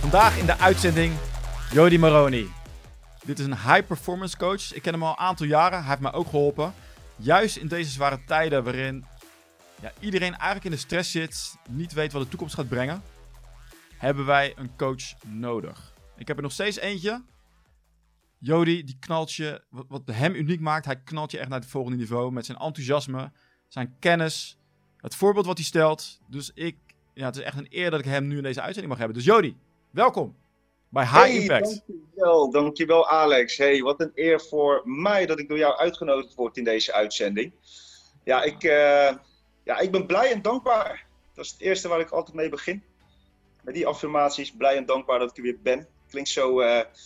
Vandaag in de uitzending Jody Moroni. Dit is een high performance coach. Ik ken hem al een aantal jaren. Hij heeft mij ook geholpen. Juist in deze zware tijden waarin iedereen eigenlijk in de stress zit, niet weet wat de toekomst gaat brengen, hebben wij een coach nodig. Ik heb er nog steeds eentje. Jody, die knalt je, wat hem uniek maakt, hij knalt je echt naar het volgende niveau met zijn enthousiasme, zijn kennis, het voorbeeld wat hij stelt. Dus het is echt een eer dat ik hem nu in deze uitzending mag hebben. Dus Jody, welkom bij High Impact. Dankjewel Alex. Hey, wat een eer voor mij dat ik door jou uitgenodigd word in deze uitzending. Ik ben blij en dankbaar. Dat is het eerste waar ik altijd mee begin. Met die affirmaties, blij en dankbaar dat ik er weer ben. Klinkt zo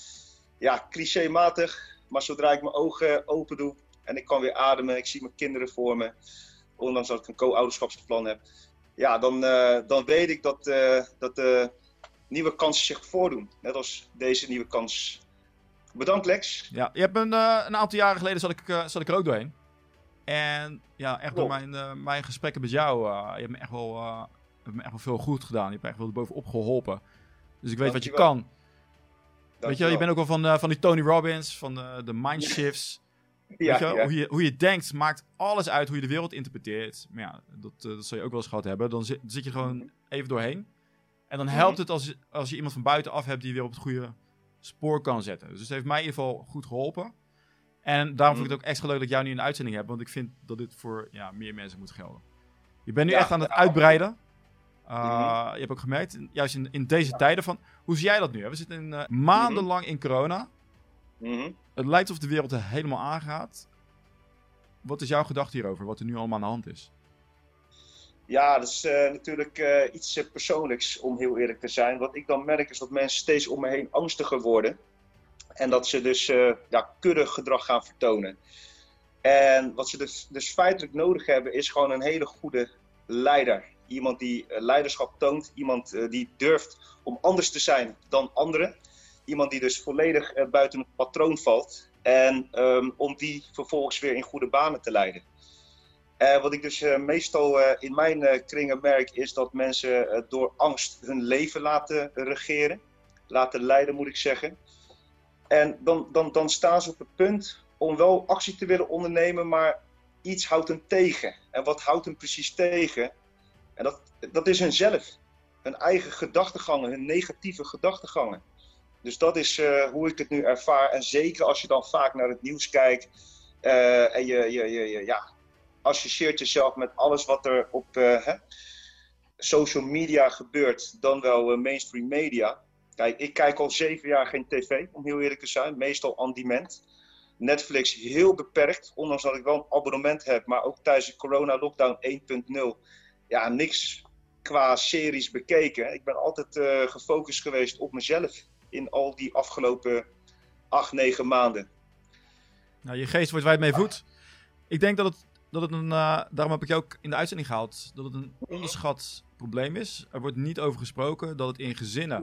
clichématig, maar zodra ik mijn ogen open doe en ik kan weer ademen, ik zie mijn kinderen voor me, ondanks dat ik een co-ouderschapsplan heb, dan weet ik dat nieuwe kansen zich voordoen. Net als deze nieuwe kans. Bedankt Lex. Ja, je hebt een aantal jaren geleden zat ik er ook doorheen. En ja, echt door mijn gesprekken met jou, je hebt me echt wel veel goed gedaan. Je hebt me echt wel erbovenop geholpen. Dus ik weet wat je kan. Weet je bent ook wel van die Tony Robbins, van de mindshifts. Hoe je denkt maakt alles uit hoe je de wereld interpreteert. Maar ja, dat zul je ook wel eens gehad hebben. Dan zit je gewoon even doorheen. En dan helpt het als je iemand van buitenaf hebt die je weer op het goede spoor kan zetten. Dus het heeft mij in ieder geval goed geholpen. En daarom vind ik het ook extra leuk dat ik jou nu in de uitzending heb. Want ik vind dat dit voor meer mensen moet gelden. Je bent nu echt aan het uitbreiden. Je hebt ook gemerkt, juist in deze tijden van... Hoe zie jij dat nu? We zitten maandenlang in corona. Het lijkt alsof de wereld er helemaal aangaat. Wat is jouw gedachte hierover? Wat er nu allemaal aan de hand is? Ja, dat is natuurlijk iets persoonlijks, om heel eerlijk te zijn. Wat ik dan merk is dat mensen steeds om me heen angstiger worden. En dat ze dus kuddig gedrag gaan vertonen. En wat ze dus feitelijk nodig hebben is gewoon een hele goede leider. Iemand die leiderschap toont. Iemand die durft om anders te zijn dan anderen. Iemand die dus volledig buiten het patroon valt. En om die vervolgens weer in goede banen te leiden. Wat ik dus meestal in mijn kringen merk is dat mensen door angst hun leven laten regeren. Laten leiden moet ik zeggen. En dan staan ze op het punt om wel actie te willen ondernemen, maar iets houdt hen tegen. En wat houdt hen precies tegen? En dat is hunzelf. Hun eigen gedachtegangen, hun negatieve gedachtegangen. Dus dat is hoe ik het nu ervaar. En zeker als je dan vaak naar het nieuws kijkt en je associeert jezelf met alles wat er op social media gebeurt, dan wel mainstream media. Kijk, ik kijk al 7 jaar geen tv, om heel eerlijk te zijn. Meestal on demand. Netflix heel beperkt, ondanks dat ik wel een abonnement heb. Maar ook tijdens de corona-lockdown 1.0. Ja, niks qua series bekeken. Ik ben altijd gefocust geweest op mezelf in al die afgelopen 8-9 maanden. Nou, je geest wordt wijd mee voet. Ik denk dat het een, daarom heb ik je ook in de uitzending gehaald, dat het een onderschat probleem is. Er wordt niet over gesproken dat het in gezinnen,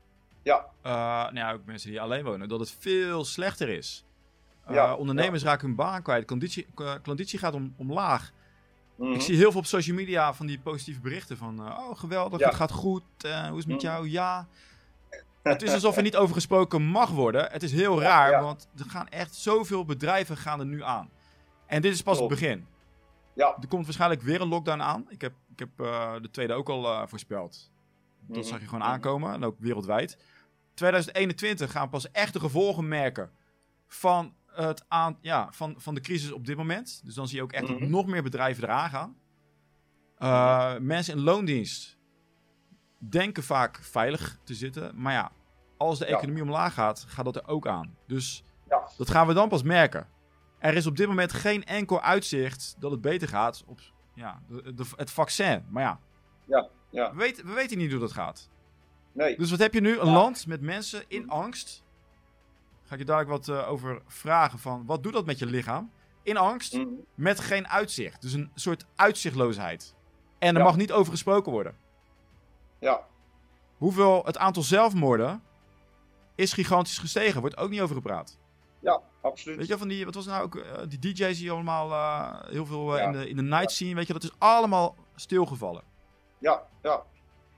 ook mensen die alleen wonen, dat het veel slechter is. Ondernemers raken hun baan kwijt, klanditie gaat omlaag. Ik zie heel veel op social media van die positieve berichten van, geweldig, het gaat goed, hoe is het met jou? Ja. Het is alsof er niet over gesproken mag worden. Het is heel raar, want er gaan echt zoveel bedrijven gaan er nu aan. En dit is pas het begin. Ja. Er komt waarschijnlijk weer een lockdown aan. Ik heb de tweede ook al voorspeld. Dat zag je gewoon aankomen, en ook wereldwijd. 2021 gaan we pas echt de gevolgen merken van de crisis op dit moment. Dus dan zie je ook echt dat nog meer bedrijven eraan gaan. Mensen in loondienst denken vaak veilig te zitten. Maar ja, als de economie omlaag gaat, gaat dat er ook aan. Dus dat gaan we dan pas merken. Er is op dit moment geen enkel uitzicht dat het beter gaat op het vaccin. Maar we weten niet hoe dat gaat. Nee. Dus wat heb je nu? Een land met mensen in angst. Ga ik je dadelijk wat over vragen van, wat doet dat met je lichaam? In angst, met geen uitzicht. Dus een soort uitzichtloosheid. En er mag niet over gesproken worden. Ja. Het aantal zelfmoorden is gigantisch gestegen. Wordt ook niet over gepraat. Ja, absoluut. Weet je, wat was nou ook, die DJ's die allemaal heel veel in de night scene, weet je, dat is allemaal stilgevallen. Ja.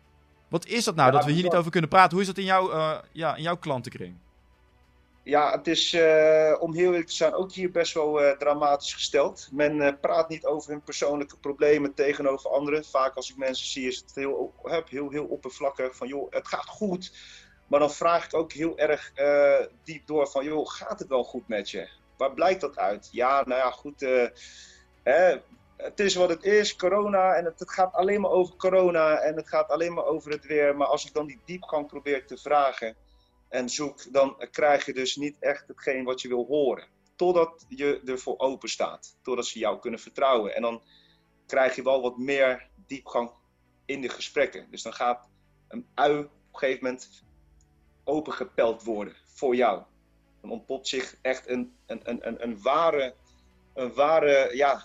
Wat is dat nou, dat we hier niet over kunnen praten? Hoe is dat in jouw klantenkring? Ja, het is, om heel eerlijk te zijn, ook hier best wel dramatisch gesteld. Men praat niet over hun persoonlijke problemen tegenover anderen. Vaak als ik mensen zie, is het heel oppervlakkig van, joh, het gaat goed. Maar dan vraag ik ook heel erg diep door van, joh, gaat het wel goed met je? Waar blijkt dat uit? Ja, nou ja, goed, het is wat het is, corona, en het gaat alleen maar over corona en het gaat alleen maar over het weer. Maar als ik dan die diepgang probeer te vragen en zoek, dan krijg je dus niet echt hetgeen wat je wil horen. Totdat je ervoor open staat, totdat ze jou kunnen vertrouwen. En dan krijg je wel wat meer diepgang in de gesprekken. Dus dan gaat een ui op een gegeven moment opengepeld worden voor jou. Dan ontpopt zich echt een ware ja,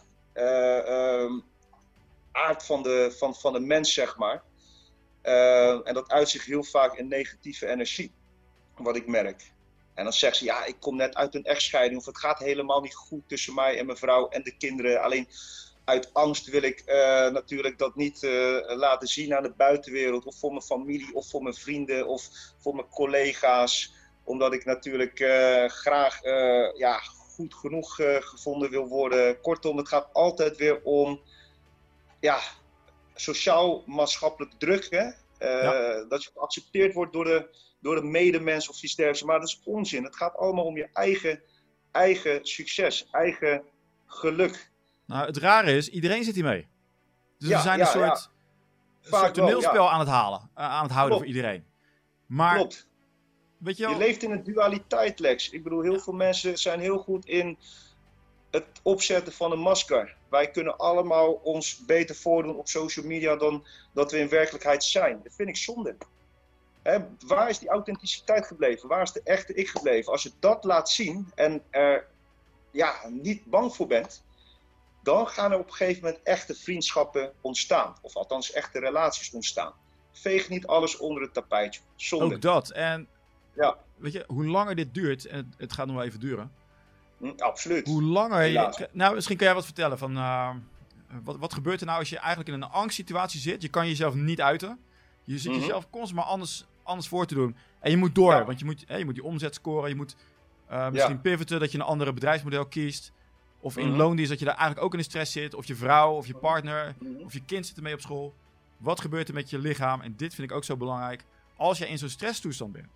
aard van de mens, zeg maar. En dat uit zich heel vaak in negatieve energie, wat ik merk. En dan zegt ze, ja, ik kom net uit een echtscheiding, of het gaat helemaal niet goed tussen mij en mijn vrouw en de kinderen. Alleen uit angst wil ik natuurlijk dat niet laten zien aan de buitenwereld, of voor mijn familie, of voor mijn vrienden, of voor mijn collega's. Omdat ik natuurlijk graag ja, goed genoeg gevonden wil worden. Kortom, het gaat altijd weer om ja, sociaal-maatschappelijk druk. Hè? Dat je geaccepteerd wordt door de medemens of iets dergelijks. Maar dat is onzin. Het gaat allemaal om je eigen succes, eigen geluk. Nou, het rare is, iedereen zit hiermee. Dus we zijn een soort toneelspel aan het houden voor iedereen. Maar, klopt. Weet je leeft in een dualiteit, Lex. Ik bedoel, heel veel mensen zijn heel goed in het opzetten van een masker. Wij kunnen allemaal ons beter voordoen op social media dan dat we in werkelijkheid zijn. Dat vind ik zonde. Waar is die authenticiteit gebleven? Waar is de echte ik gebleven? Als je dat laat zien en er niet bang voor bent, dan gaan er op een gegeven moment echte vriendschappen ontstaan. Of althans echte relaties ontstaan. Veeg niet alles onder het tapijtje. Zonde. Ook dat. En weet je, hoe langer dit duurt, en het gaat nog wel even duren. Absoluut. Hoe langer nou, misschien kan jij wat vertellen van wat gebeurt er nou als je eigenlijk in een angstsituatie zit? Je kan jezelf niet uiten. Je zit jezelf constant maar anders voor te doen. En je moet door, want je moet die omzet scoren. Je moet misschien pivoten, dat je een andere bedrijfsmodel kiest. Of in loondienst dat je daar eigenlijk ook in de stress zit. Of je vrouw, of je partner, of je kind zit ermee op school. Wat gebeurt er met je lichaam? En dit vind ik ook zo belangrijk. Als je in zo'n stresstoestand bent.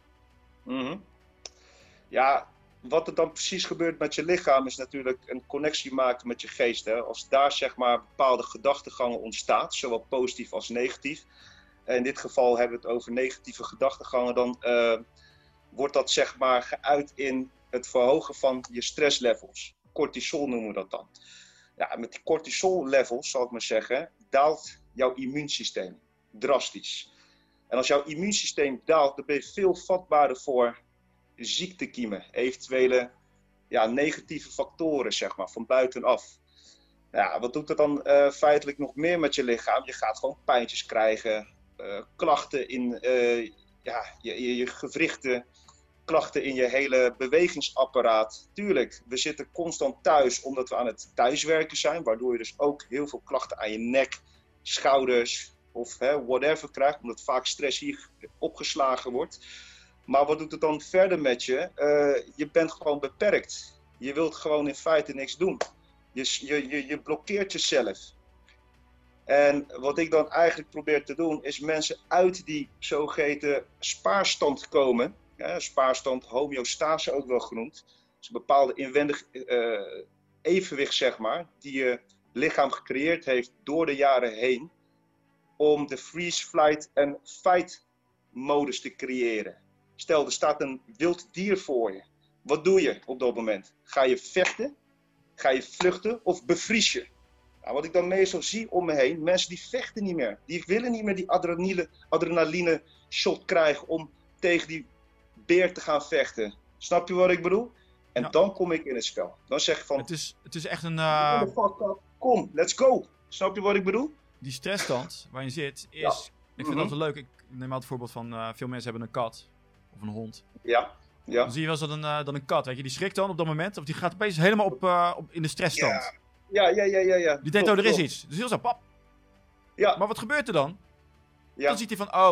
Ja, wat er dan precies gebeurt met je lichaam is natuurlijk een connectie maken met je geest. Hè? Als daar zeg maar bepaalde gedachtegangen ontstaat, zowel positief als negatief. In dit geval hebben we het over negatieve gedachtegangen. Dan wordt dat zeg maar geuit in het verhogen van je stresslevels. Cortisol noemen we dat dan. Ja, met die cortisol levels, zal ik maar zeggen, daalt jouw immuunsysteem drastisch. En als jouw immuunsysteem daalt, dan ben je veel vatbaarder voor ziektekiemen, eventuele negatieve factoren, zeg maar, van buitenaf. Ja, wat doet dat dan feitelijk nog meer met je lichaam? Je gaat gewoon pijntjes krijgen, klachten in je gewrichten, klachten in je hele bewegingsapparaat. Tuurlijk, we zitten constant thuis omdat we aan het thuiswerken zijn, waardoor je dus ook heel veel klachten aan je nek, schouders of whatever krijgt, omdat vaak stress hier opgeslagen wordt. Maar wat doet het dan verder met je? Je bent gewoon beperkt. Je wilt gewoon in feite niks doen. Je blokkeert jezelf. En wat ik dan eigenlijk probeer te doen, is mensen uit die zogeheten spaarstand komen. Spaarstand, homeostase ook wel genoemd. Dus een bepaalde inwendig evenwicht, zeg maar, die je lichaam gecreëerd heeft door de jaren heen. Om de freeze, flight en fight modus te creëren. Stel, er staat een wild dier voor je. Wat doe je op dat moment? Ga je vechten? Ga je vluchten? Of bevries je? Nou, wat ik dan meestal zie om me heen, mensen die vechten niet meer. Die willen niet meer die adrenaline shot krijgen om tegen die beer te gaan vechten. Snap je wat ik bedoel? En dan kom ik in het spel. Dan zeg ik van... Het is echt een... Kom, let's go. Snap je wat ik bedoel? Die stressstand waar je zit is... Ik vind dat wel leuk. Ik neem altijd het voorbeeld van... veel mensen hebben een kat. Of een hond. Ja. Dan zie je wel eens dat een kat, weet je, die schrikt dan op dat moment. Of die gaat opeens helemaal op in de stressstand. Ja. Die denkt, er is iets. Dus heel zo, pap. Ja. Maar wat gebeurt er dan? Ja. Dan ziet hij van,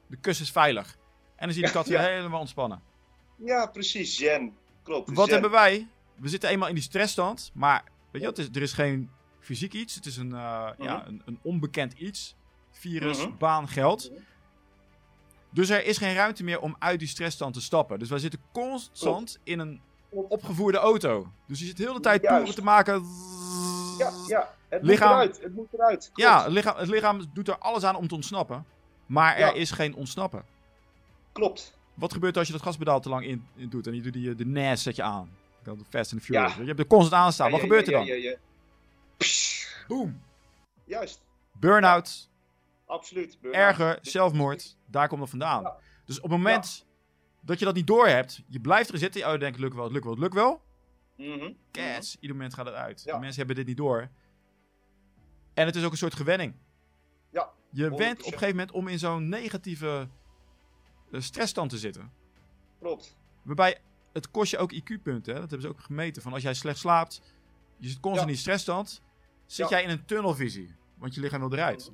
de kussen is veilig. En dan zie je de kat weer helemaal ontspannen. Ja, precies. Zen. Klopt. Wat zen. hebben wij? We zitten eenmaal in die stressstand, maar weet je, er is geen fysiek iets. Het is een onbekend iets. Virus, baan, geld. Dus er is geen ruimte meer om uit die stressstand te stappen. Dus wij zitten constant in een opgevoerde auto. Dus je zit de hele tijd toeren te maken. Ja. Het moet eruit. Klopt. Ja, het lichaam doet er alles aan om te ontsnappen. Maar er is geen ontsnappen. Klopt. Wat gebeurt als je dat gaspedaal te lang in doet en je doet de NAS zet je aan? De Fast and the Furious. Je hebt er constant aan staan. Wat gebeurt er dan? Boom. Juist. Burn-out. Absoluut. Erger, zelfmoord. Daar komt het vandaan. Ja. Dus op het moment dat je dat niet doorhebt, je blijft erin zitten. Je denkt, het lukt wel. Cats, ieder moment gaat het uit. Ja. Mensen hebben dit niet door. En het is ook een soort gewenning. Ja. Je went op een gegeven moment om in zo'n negatieve stressstand te zitten. Klopt. Waarbij het kost je ook IQ-punten. Dat hebben ze ook gemeten. Van als jij slecht slaapt, je zit constant in die stressstand, zit jij in een tunnelvisie. Want je lichaam wil eruit.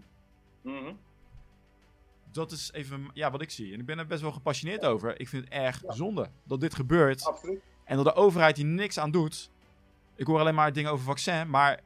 Dat is even wat ik zie. En ik ben er best wel gepassioneerd over. Ik vind het erg zonde dat dit gebeurt. Absoluut. En dat de overheid hier niks aan doet. Ik hoor alleen maar dingen over vaccin, maar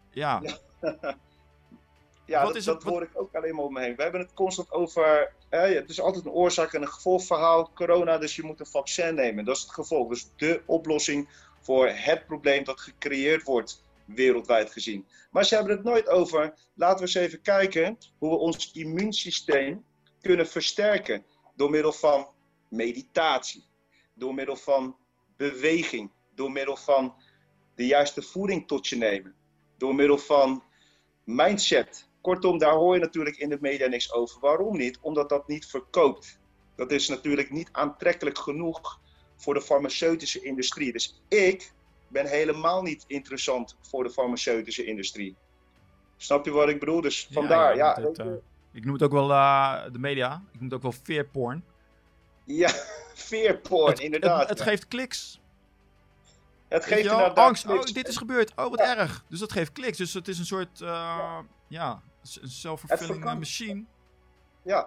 dat hoor ik ook alleen maar om me heen. We hebben het constant over... het is altijd een oorzaak en een gevolgverhaal. Corona, dus je moet een vaccin nemen. Dat is het gevolg. Dus de oplossing voor het probleem dat gecreëerd wordt wereldwijd gezien. Maar ze hebben het nooit over... Laten we eens even kijken hoe we ons immuunsysteem kunnen versterken. Door middel van meditatie. Door middel van beweging. Door middel van de juiste voeding tot je nemen. Door middel van mindset. Kortom, daar hoor je natuurlijk in de media niks over. Waarom niet? Omdat dat niet verkoopt. Dat is natuurlijk niet aantrekkelijk genoeg voor de farmaceutische industrie. Dus ik ben helemaal niet interessant voor de farmaceutische industrie. Snap je wat ik bedoel? Dus vandaar, ik noem het ook wel de media. Ik noem het ook wel veerporn. Ja, veerporn, inderdaad. Het geeft kliks. Het geeft angst. Kliks. Dit is gebeurd. Wat erg. Dus dat geeft kliks. Dus het is een soort een self-fulfilling machine. Ja.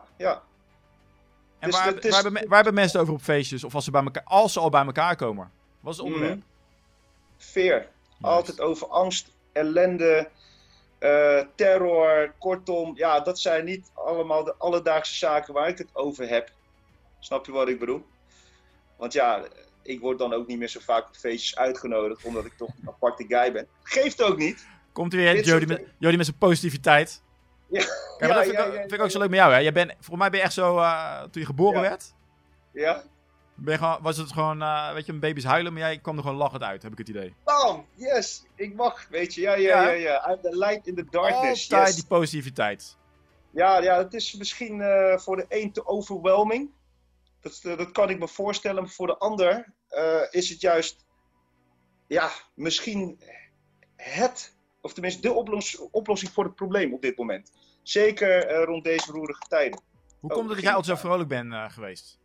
En waar hebben mensen het over op feestjes? Of als ze al bij elkaar komen? Wat is het onderwerp? Fear. Nice. Altijd over angst, ellende, terror. Kortom, dat zijn niet allemaal de alledaagse zaken waar ik het over heb. Snap je wat ik bedoel? Want ik word dan ook niet meer zo vaak op feestjes uitgenodigd, omdat ik toch een aparte guy ben. Geeft ook niet. Komt er weer Jody met zijn positiviteit. Ja. Kijk, dat vind ik ook zo leuk met jou, hè? Volgens mij ben je echt zo, toen je geboren werd. Ja. Was het gewoon, een baby's huilen, maar jij kwam er gewoon lachend uit, heb ik het idee. Bam, yes, ik mag, weet je, ja. I'm the light in the darkness, altijd die positiviteit. Ja, het is misschien voor de een te overwhelming. Dat kan ik me voorstellen, maar voor de ander is het juist, misschien of tenminste de oplossing voor het probleem op dit moment. Zeker rond deze roerige tijden. Hoe komt het dat jij altijd zo vrolijk bent geweest?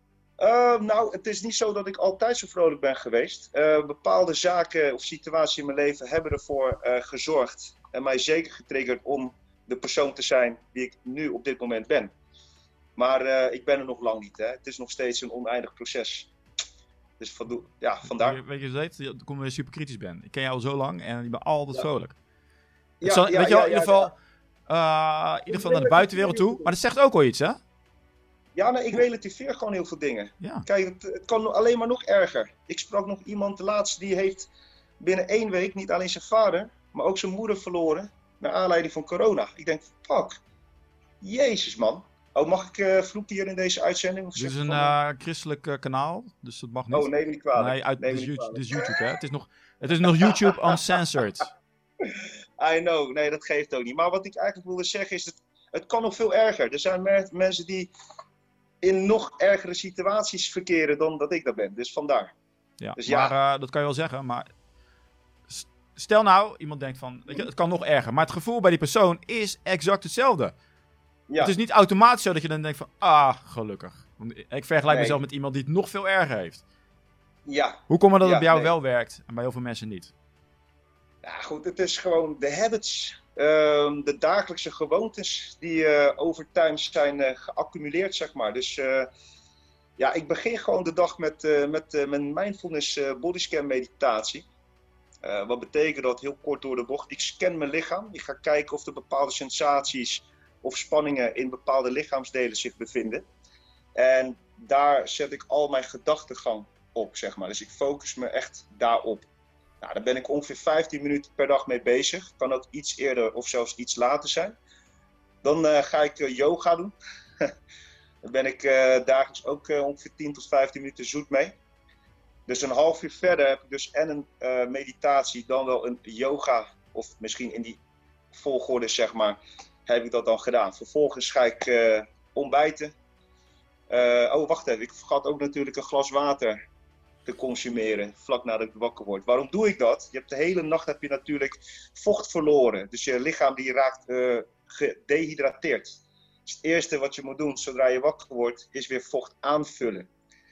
Het is niet zo dat ik altijd zo vrolijk ben geweest. Bepaalde zaken of situaties in mijn leven hebben ervoor gezorgd. En mij zeker getriggerd om de persoon te zijn die ik nu op dit moment ben. Maar ik ben er nog lang niet. Hè. Het is nog steeds een oneindig proces. Dus vandaar. Weet je, dat komt weer super kritisch ben. Ik ken jou al zo lang en je bent altijd vrolijk. In ieder geval naar de buitenwereld toe. Maar dat zegt ook al iets, hè? Ja, ik relativeer gewoon heel veel dingen. Ja. Kijk, het kan alleen maar nog erger. Ik sprak nog iemand de laatste die heeft binnen 1 week niet alleen zijn vader, maar ook zijn moeder verloren naar aanleiding van corona. Ik denk, fuck. Jezus, man. Oh, mag ik vloeken hier in deze uitzending? Of dit is een christelijk kanaal, dus dat mag niet. Oh, neem me niet kwalijk. Nee, dit is YouTube, hè? Het is nog YouTube uncensored. I know, nee, dat geeft ook niet. Maar wat ik eigenlijk wilde zeggen is, het kan nog veel erger. Er zijn mensen die in nog ergere situaties verkeren dan dat ik dat ben. Dus vandaar. Ja, dus maar dat kan je wel zeggen, maar stel nou, iemand denkt van, weet je, het kan nog erger. Maar het gevoel bij die persoon is exact hetzelfde. Ja. Het is niet automatisch zo dat je dan denkt van, gelukkig. Ik vergelijk mezelf met iemand die het nog veel erger heeft. Ja. Hoe komt het dat het bij jou wel werkt en bij heel veel mensen niet? Ja, goed, het is gewoon de habits. de dagelijkse gewoontes die over time zijn geaccumuleerd, zeg maar. Dus ja, ik begin gewoon de dag met mijn mindfulness bodyscan meditatie. Wat betekent dat? Heel kort door de bocht. Ik scan mijn lichaam. Ik ga kijken of er bepaalde sensaties of spanningen in bepaalde lichaamsdelen zich bevinden. En daar zet ik al mijn gedachtegang op, zeg maar. Dus ik focus me echt daarop. Nou, daar ben ik ongeveer 15 minuten per dag mee bezig. Kan ook iets eerder of zelfs iets later zijn. Dan ga ik yoga doen. Daar ben ik dagelijks ook ongeveer 10 tot 15 minuten zoet mee. Dus een half uur verder heb ik dus en een meditatie, dan wel een yoga. Of misschien in die volgorde, zeg maar, heb ik dat dan gedaan. Vervolgens ga ik ontbijten. Oh, wacht even. Ik vergat ook natuurlijk een glas water te consumeren, vlak nadat ik wakker word. Waarom doe ik dat? Je hebt de hele nacht heb je natuurlijk vocht verloren. Dus je lichaam die raakt gedehydrateerd. Dus het eerste wat je moet doen, zodra je wakker wordt, is weer vocht aanvullen.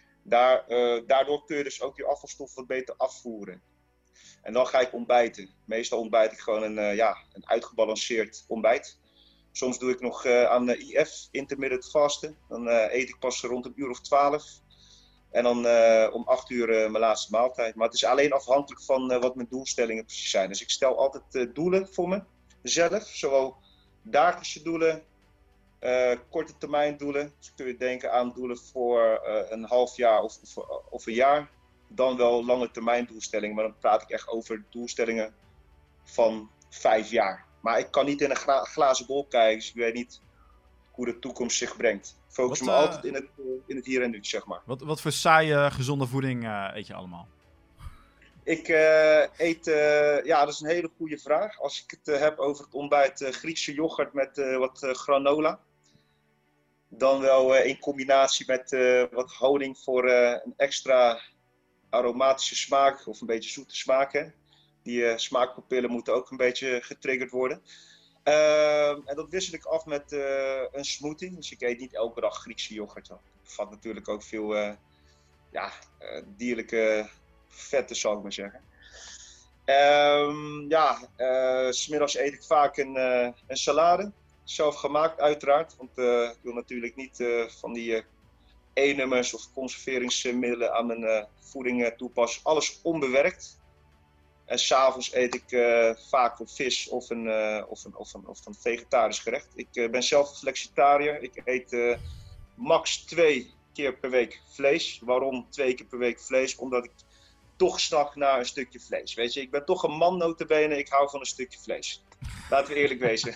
Daardoor kun je dus ook je afvalstof wat beter afvoeren. En dan ga ik ontbijten. Meestal ontbijt ik gewoon een uitgebalanceerd ontbijt. Soms doe ik nog aan IF, intermittent fasten. Dan eet ik pas rond 1:00 of 12:00. En dan om 8:00 mijn laatste maaltijd. Maar het is alleen afhankelijk van wat mijn doelstellingen precies zijn. Dus ik stel altijd doelen voor mezelf. Zowel dagelijkse doelen, korte termijn doelen. Dus kun je denken aan doelen voor een half jaar of een jaar. Dan wel lange termijn doelstellingen. Maar dan praat ik echt over doelstellingen van 5 jaar. Maar ik kan niet in een glazen bol kijken. Dus ik weet niet hoe de toekomst zich brengt. Ik focus me altijd in het hier en nu, zeg maar. Wat voor saaie, gezonde voeding eet je allemaal? Ik eet, dat is een hele goede vraag. Als ik het heb over het ontbijt, Griekse yoghurt met wat granola. Dan wel in combinatie met wat honing voor een extra aromatische smaak of een beetje zoete smaak. Hè? Die smaakpapillen moeten ook een beetje getriggerd worden. En dat wissel ik af met een smoothie. Dus ik eet niet elke dag Griekse yoghurt. Dat bevat natuurlijk ook veel dierlijke vetten, zal ik maar zeggen. 's middags eet ik vaak een salade. Zelf gemaakt uiteraard. Want ik wil natuurlijk niet van die E-nummers of conserveringsmiddelen aan mijn voeding toepassen. Alles onbewerkt. En 's avonds eet ik vaak een vis of een vegetarisch gerecht. Ik ben zelf flexitariër. Ik eet max 2 keer per week vlees. Waarom 2 keer per week vlees? Omdat ik toch snak naar een stukje vlees. Weet je, ik ben toch een man nota bene. Ik hou van een stukje vlees. Laten we eerlijk wezen.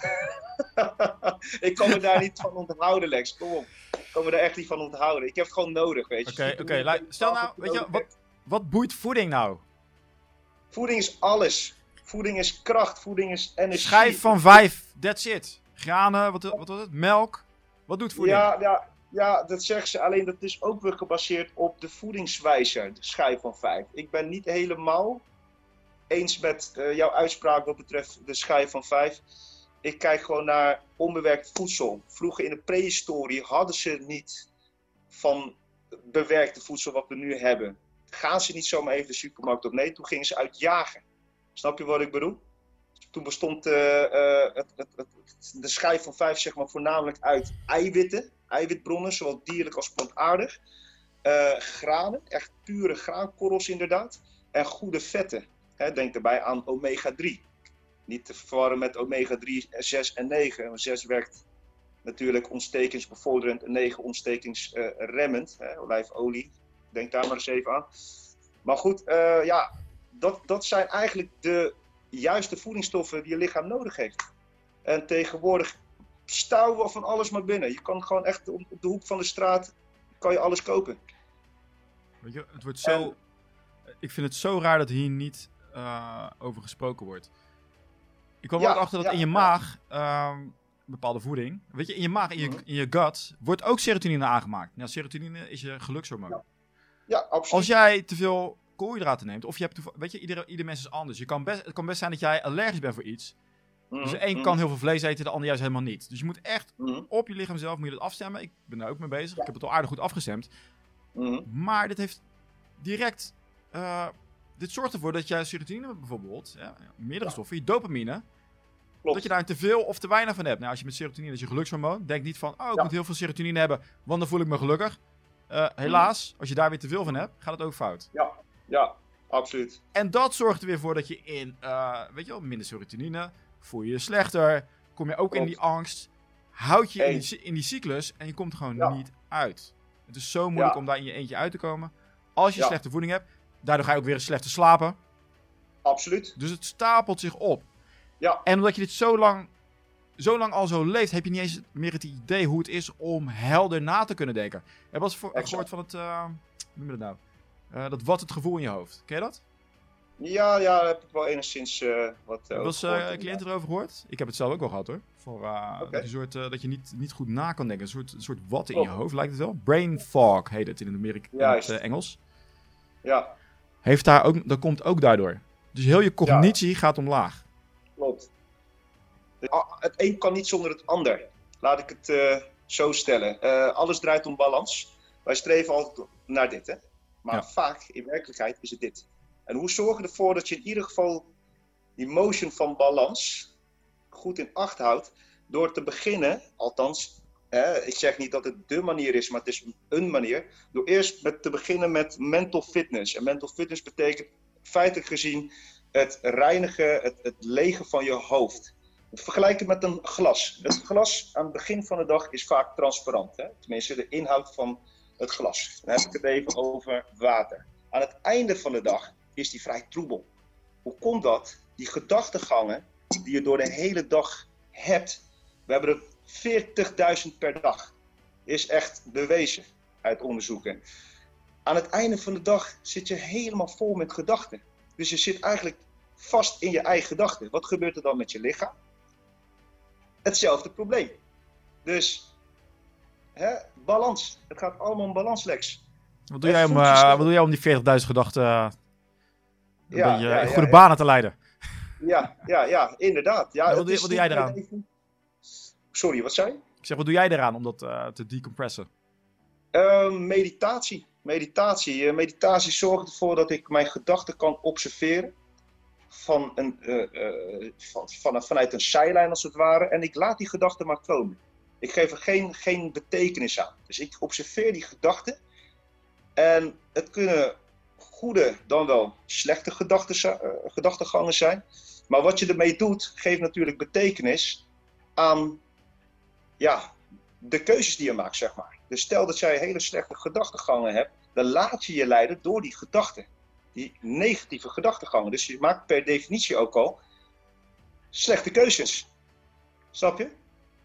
Ik kan me daar niet van onthouden, Lex. Kom op. Ik kan me daar echt niet van onthouden. Ik heb het gewoon nodig, weet je. Oké. Stel nou, weet je, wat boeit voeding nou? Voeding is alles. Voeding is kracht, voeding is energie. Schijf van 5, that's it. Granen, wat was het? Melk. Wat doet voeding? Ja, dat zeggen ze. Alleen dat is ook weer gebaseerd op de voedingswijzer, de schijf van 5. Ik ben niet helemaal eens met jouw uitspraak wat betreft de schijf van 5. Ik kijk gewoon naar onbewerkt voedsel. Vroeger in de prehistorie hadden ze niet van bewerkte voedsel wat we nu hebben. Gaan ze niet zomaar even de supermarkt op? Nee, toen gingen ze uit jagen. Snap je wat ik bedoel? Toen bestond de schijf van 5 zeg maar voornamelijk uit eiwitbronnen, zowel dierlijk als plantaardig. Granen, echt pure graankorrels inderdaad. En goede vetten. Denk daarbij aan omega-3. Niet te verwarren met omega-3, 6 en 9. 6 werkt natuurlijk ontstekingsbevorderend en 9 ontstekingsremmend. Olijfolie, denk daar maar eens even aan. Maar goed, dat zijn eigenlijk de juiste voedingsstoffen die je lichaam nodig heeft. En tegenwoordig stouwen we van alles maar binnen. Je kan gewoon echt op de hoek van de straat kan je alles kopen. Weet je, het wordt zo... Ik vind het zo raar dat hier niet over gesproken wordt. Ik kwam ook achter dat in je maag, bepaalde voeding, weet je, in je maag, in je gut, wordt ook serotonine aangemaakt. Nou, serotonine is je gelukshormoon. Ja, absoluut. Als jij te veel koolhydraten neemt, of je hebt weet je, ieder mens is anders. Het kan best zijn dat jij allergisch bent voor iets. Dus de een kan heel veel vlees eten, de ander juist helemaal niet. Dus je moet echt op je lichaam zelf moet je dat afstemmen. Ik ben daar ook mee bezig. Ik heb het al aardig goed afgestemd. Maar dit heeft direct... dit zorgt ervoor dat jij serotonine bijvoorbeeld, meerdere stoffen, je dopamine, dat je daar te veel of te weinig van hebt. Nou, als je met serotonine, dat is je gelukshormoon. Denk niet van, ik moet heel veel serotonine hebben, want dan voel ik me gelukkig. Helaas, als je daar weer te veel van hebt, gaat het ook fout. Ja, absoluut. En dat zorgt er weer voor dat je minder serotonine, voel je je slechter, kom je ook in die angst, houd je in die cyclus en je komt er gewoon niet uit. Het is zo moeilijk om daar in je eentje uit te komen. Als je slechte voeding hebt, daardoor ga je ook weer slechter slapen. Absoluut. Dus het stapelt zich op. Ja. En omdat je dit zo lang al zo leeft, heb je niet eens meer het idee hoe het is om helder na te kunnen denken. Heb je wel eens gehoord van het, hoe noem je dat nou? Dat wat het gevoel in je hoofd. Ken je dat? Ja, daar heb ik wel enigszins wat heb je wel eens cliënten erover gehoord? Ik heb het zelf ook wel gehad hoor. Dat je niet goed na kan denken. Een soort wat in je hoofd lijkt het wel. Brain fog heet het in het Engels. Ja. Dat komt ook daardoor. Dus heel je cognitie gaat omlaag. Klopt. Het een kan niet zonder het ander. Laat ik het zo stellen. Alles draait om balans. Wij streven altijd naar dit, hè. Maar vaak, in werkelijkheid, is het dit. En hoe zorg je ervoor dat je in ieder geval die motion van balans goed in acht houdt? Door te beginnen, althans, ik zeg niet dat het dé manier is, maar het is een manier. Door eerst te beginnen met mental fitness. En mental fitness betekent feitelijk gezien het reinigen, het legen van je hoofd. Vergelijk het met een glas. Het glas aan het begin van de dag is vaak transparant. Hè? Tenminste, de inhoud van het glas. Dan heb ik het even over water. Aan het einde van de dag is die vrij troebel. Hoe komt dat? Die gedachtegangen die je door de hele dag hebt. We hebben er 40.000 per dag. Is echt bewezen uit onderzoeken. Aan het einde van de dag zit je helemaal vol met gedachten. Dus je zit eigenlijk vast in je eigen gedachten. Wat gebeurt er dan met je lichaam? Hetzelfde probleem. Dus, balans. Het gaat allemaal om balans, Lex. Wat doe jij om die 40.000 gedachten in goede banen te leiden? Ja, inderdaad. Ja, wat doe jij eraan? Sorry, wat zei je? Ik zeg, wat doe jij eraan om dat te decompressen? Meditatie. Meditatie zorgt ervoor dat ik mijn gedachten kan observeren. Vanuit een zijlijn als het ware. En ik laat die gedachten maar komen. Ik geef er geen betekenis aan. Dus ik observeer die gedachten. En het kunnen goede dan wel slechte gedachtegangen zijn. Maar wat je ermee doet, geeft natuurlijk betekenis aan de keuzes die je maakt, zeg maar. Dus stel dat jij hele slechte gedachtegangen hebt, dan laat je je leiden door die gedachten. Die negatieve gedachtegangen. Dus je maakt per definitie ook al slechte keuzes. Snap je?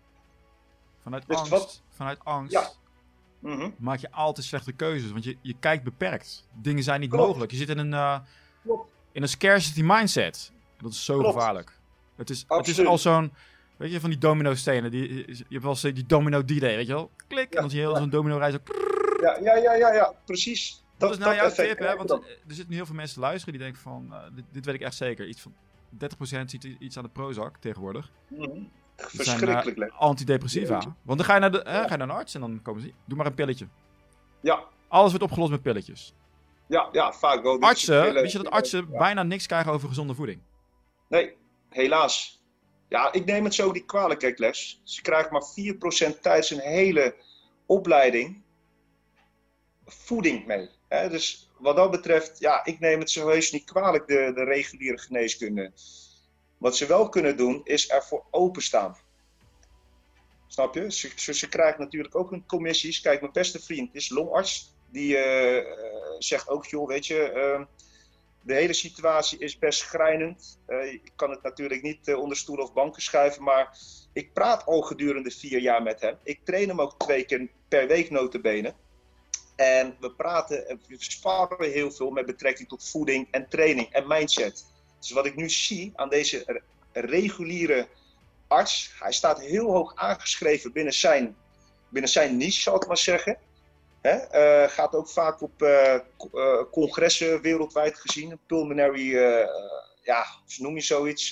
Vanuit angst maak je altijd slechte keuzes. Want je kijkt beperkt. Dingen zijn niet mogelijk. Je zit in een scarcity mindset. Dat is zo gevaarlijk. Het is al zo'n... Weet je, van die domino stenen. Je hebt wel eens die domino D-Day, weet je wel? Klik, en dan zie je heel zo'n domino rijden. Ja, precies. Dat is nou jouw tip, hè? Want er zitten nu heel veel mensen te luisteren die denken van... dit weet ik echt zeker. Iets van 30% ziet iets aan de Prozac tegenwoordig. Verschrikkelijk leuk. Antidepressiva. Want dan ga je naar een arts en dan komen ze... Doe maar een pilletje. Ja. Alles wordt opgelost met pilletjes. Ja, vaak wel. Weet je dat artsen bijna niks krijgen over gezonde voeding? Nee, helaas. Ja, ik neem het zo niet kwalijk, kijk Les. Ze krijgen maar 4% tijdens een hele opleiding voeding mee. Hè? Dus wat dat betreft, ik neem het zo heus niet kwalijk, de reguliere geneeskunde. Wat ze wel kunnen doen, is ervoor openstaan. Snap je? Ze krijgen natuurlijk ook hun commissies. Kijk, mijn beste vriend is longarts. Die zegt ook, joh, weet je... De hele situatie is best schrijnend. Ik kan het natuurlijk niet onder stoel of banken schuiven, maar ik praat al gedurende 4 jaar met hem. Ik train hem ook 2 keer per week nota bene. En we sparren heel veel met betrekking tot voeding en training en mindset. Dus wat ik nu zie aan deze reguliere arts, hij staat heel hoog aangeschreven binnen zijn niche, zal ik maar zeggen. Gaat ook vaak op congressen wereldwijd gezien. Pulmonary, hoe noem je zoiets?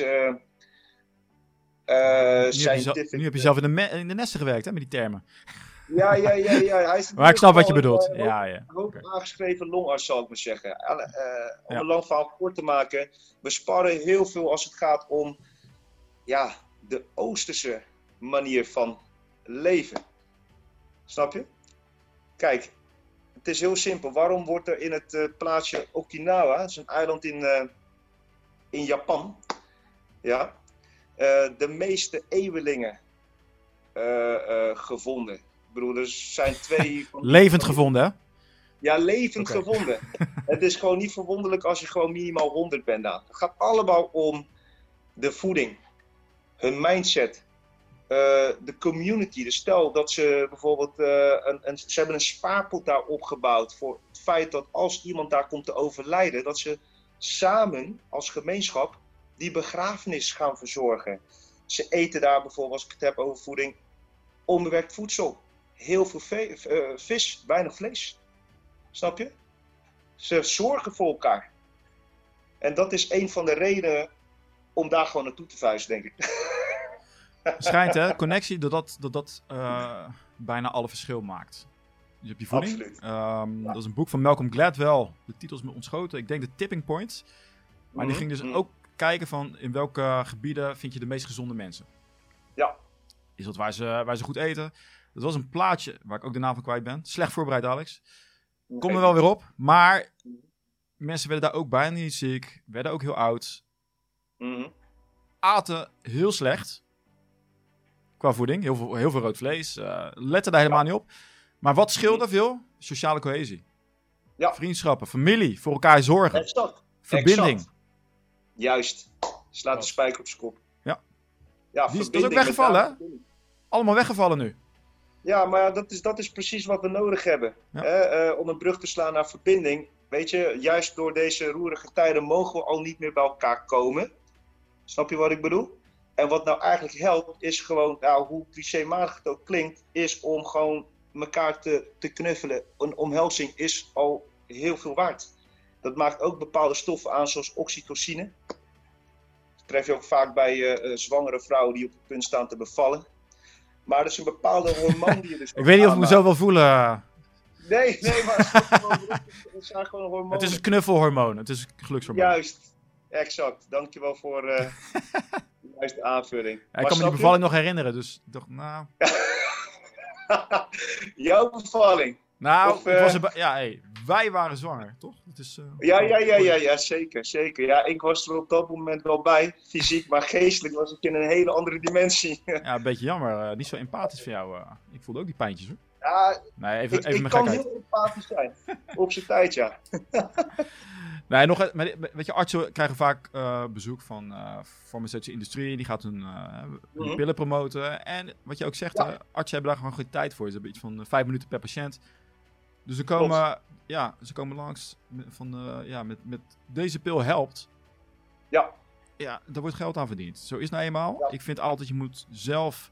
Nu heb je zelf in de nesten gewerkt, hè, met die termen. Ja. Hij is maar ik snap wat je bedoelt. Hoog aangeschreven longarts, zal ik maar zeggen. Om een lang verhaal kort te maken. We sparren heel veel als het gaat om de Oosterse manier van leven. Snap je? Kijk, het is heel simpel. Waarom wordt er in het plaatsje Okinawa, dat is een eiland in Japan, ja, de meeste eeuwelingen gevonden? Ik bedoel, er zijn 2... Levend gevonden, hè? Ja, levend gevonden. Het is gewoon niet verwonderlijk als je gewoon minimaal 100 bent daar. Het gaat allemaal om de voeding, hun mindset, de community. Dus stel dat ze bijvoorbeeld, ze hebben een spaarpot daar opgebouwd voor het feit dat als iemand daar komt te overlijden, dat ze samen als gemeenschap die begrafenis gaan verzorgen. Ze eten daar bijvoorbeeld, als ik het heb over voeding, onbewerkt voedsel. Heel veel vis, weinig vlees. Snap je? Ze zorgen voor elkaar. En dat is een van de redenen om daar gewoon naartoe te vuisten, denk ik. Schijnt, hè? Connectie, dat bijna alle verschil maakt. Dus op je voeding. Absoluut. Dat is een boek van Malcolm Gladwell. De titel is me ontschoten. Ik denk de Tipping Point. Maar die ging dus ook kijken van in welke gebieden vind je de meest gezonde mensen. Ja. Is dat waar ze goed eten? Dat was een plaatje waar ik ook de naam van kwijt ben. Slecht voorbereid, Alex. Kom er wel weer op. Maar mensen werden daar ook bijna niet ziek. Werden ook heel oud. Aten heel slecht. Qua voeding. Heel veel rood vlees. Letten daar helemaal niet op. Maar wat scheelde veel? Sociale cohesie. Ja. Vriendschappen. Familie. Voor elkaar zorgen. Exact. Verbinding. Exact. Juist. Slaat de spijker op zijn kop. Ja. Ja, dat is ook weggevallen, hè? Allemaal weggevallen nu. Ja, maar dat is precies wat we nodig hebben. Ja. Om een brug te slaan naar verbinding. Weet je, juist door deze roerige tijden mogen we al niet meer bij elkaar komen. Snap je wat ik bedoel? En wat nou eigenlijk helpt, is gewoon, nou, hoe clichématig het ook klinkt, is om gewoon elkaar te knuffelen. Een omhelzing is al heel veel waard. Dat maakt ook bepaalde stoffen aan, zoals oxytocine. Dat tref je ook vaak bij zwangere vrouwen die op het punt staan te bevallen. Maar dat is een bepaalde hormoon die je dus ik weet niet of ik me zo wil voelen. Nee, maar het zijn gewoon hormonen. Het is het knuffelhormoon. Het is het gelukshormoon. Juist, exact. Dankjewel voor de juiste aanvulling. Ja, ik kan me die bevalling nog herinneren, dus ik dacht, nou... Jouw bevalling? Nou, wij waren zwanger, toch? Het is, Ja, zeker. Ja, ik was er op dat moment wel bij, fysiek, maar geestelijk was ik in een hele andere dimensie. Ja, een beetje jammer. Niet zo empathisch voor jou. Ik voelde ook die pijntjes, hoor. Ja, nee, even ik kan heel empathisch zijn. Op zijn tijd, ja. Nee, weet je, artsen krijgen vaak bezoek van farmaceutische industrie. Die gaat hun pillen promoten. En wat je ook zegt, artsen hebben daar gewoon geen tijd voor. Ze hebben iets van 5 minuten per patiënt. Dus ze komen langs met deze pil helpt. Ja. Ja, daar wordt geld aan verdiend. Zo is het nou eenmaal. Ja. Ik vind altijd, je moet zelf...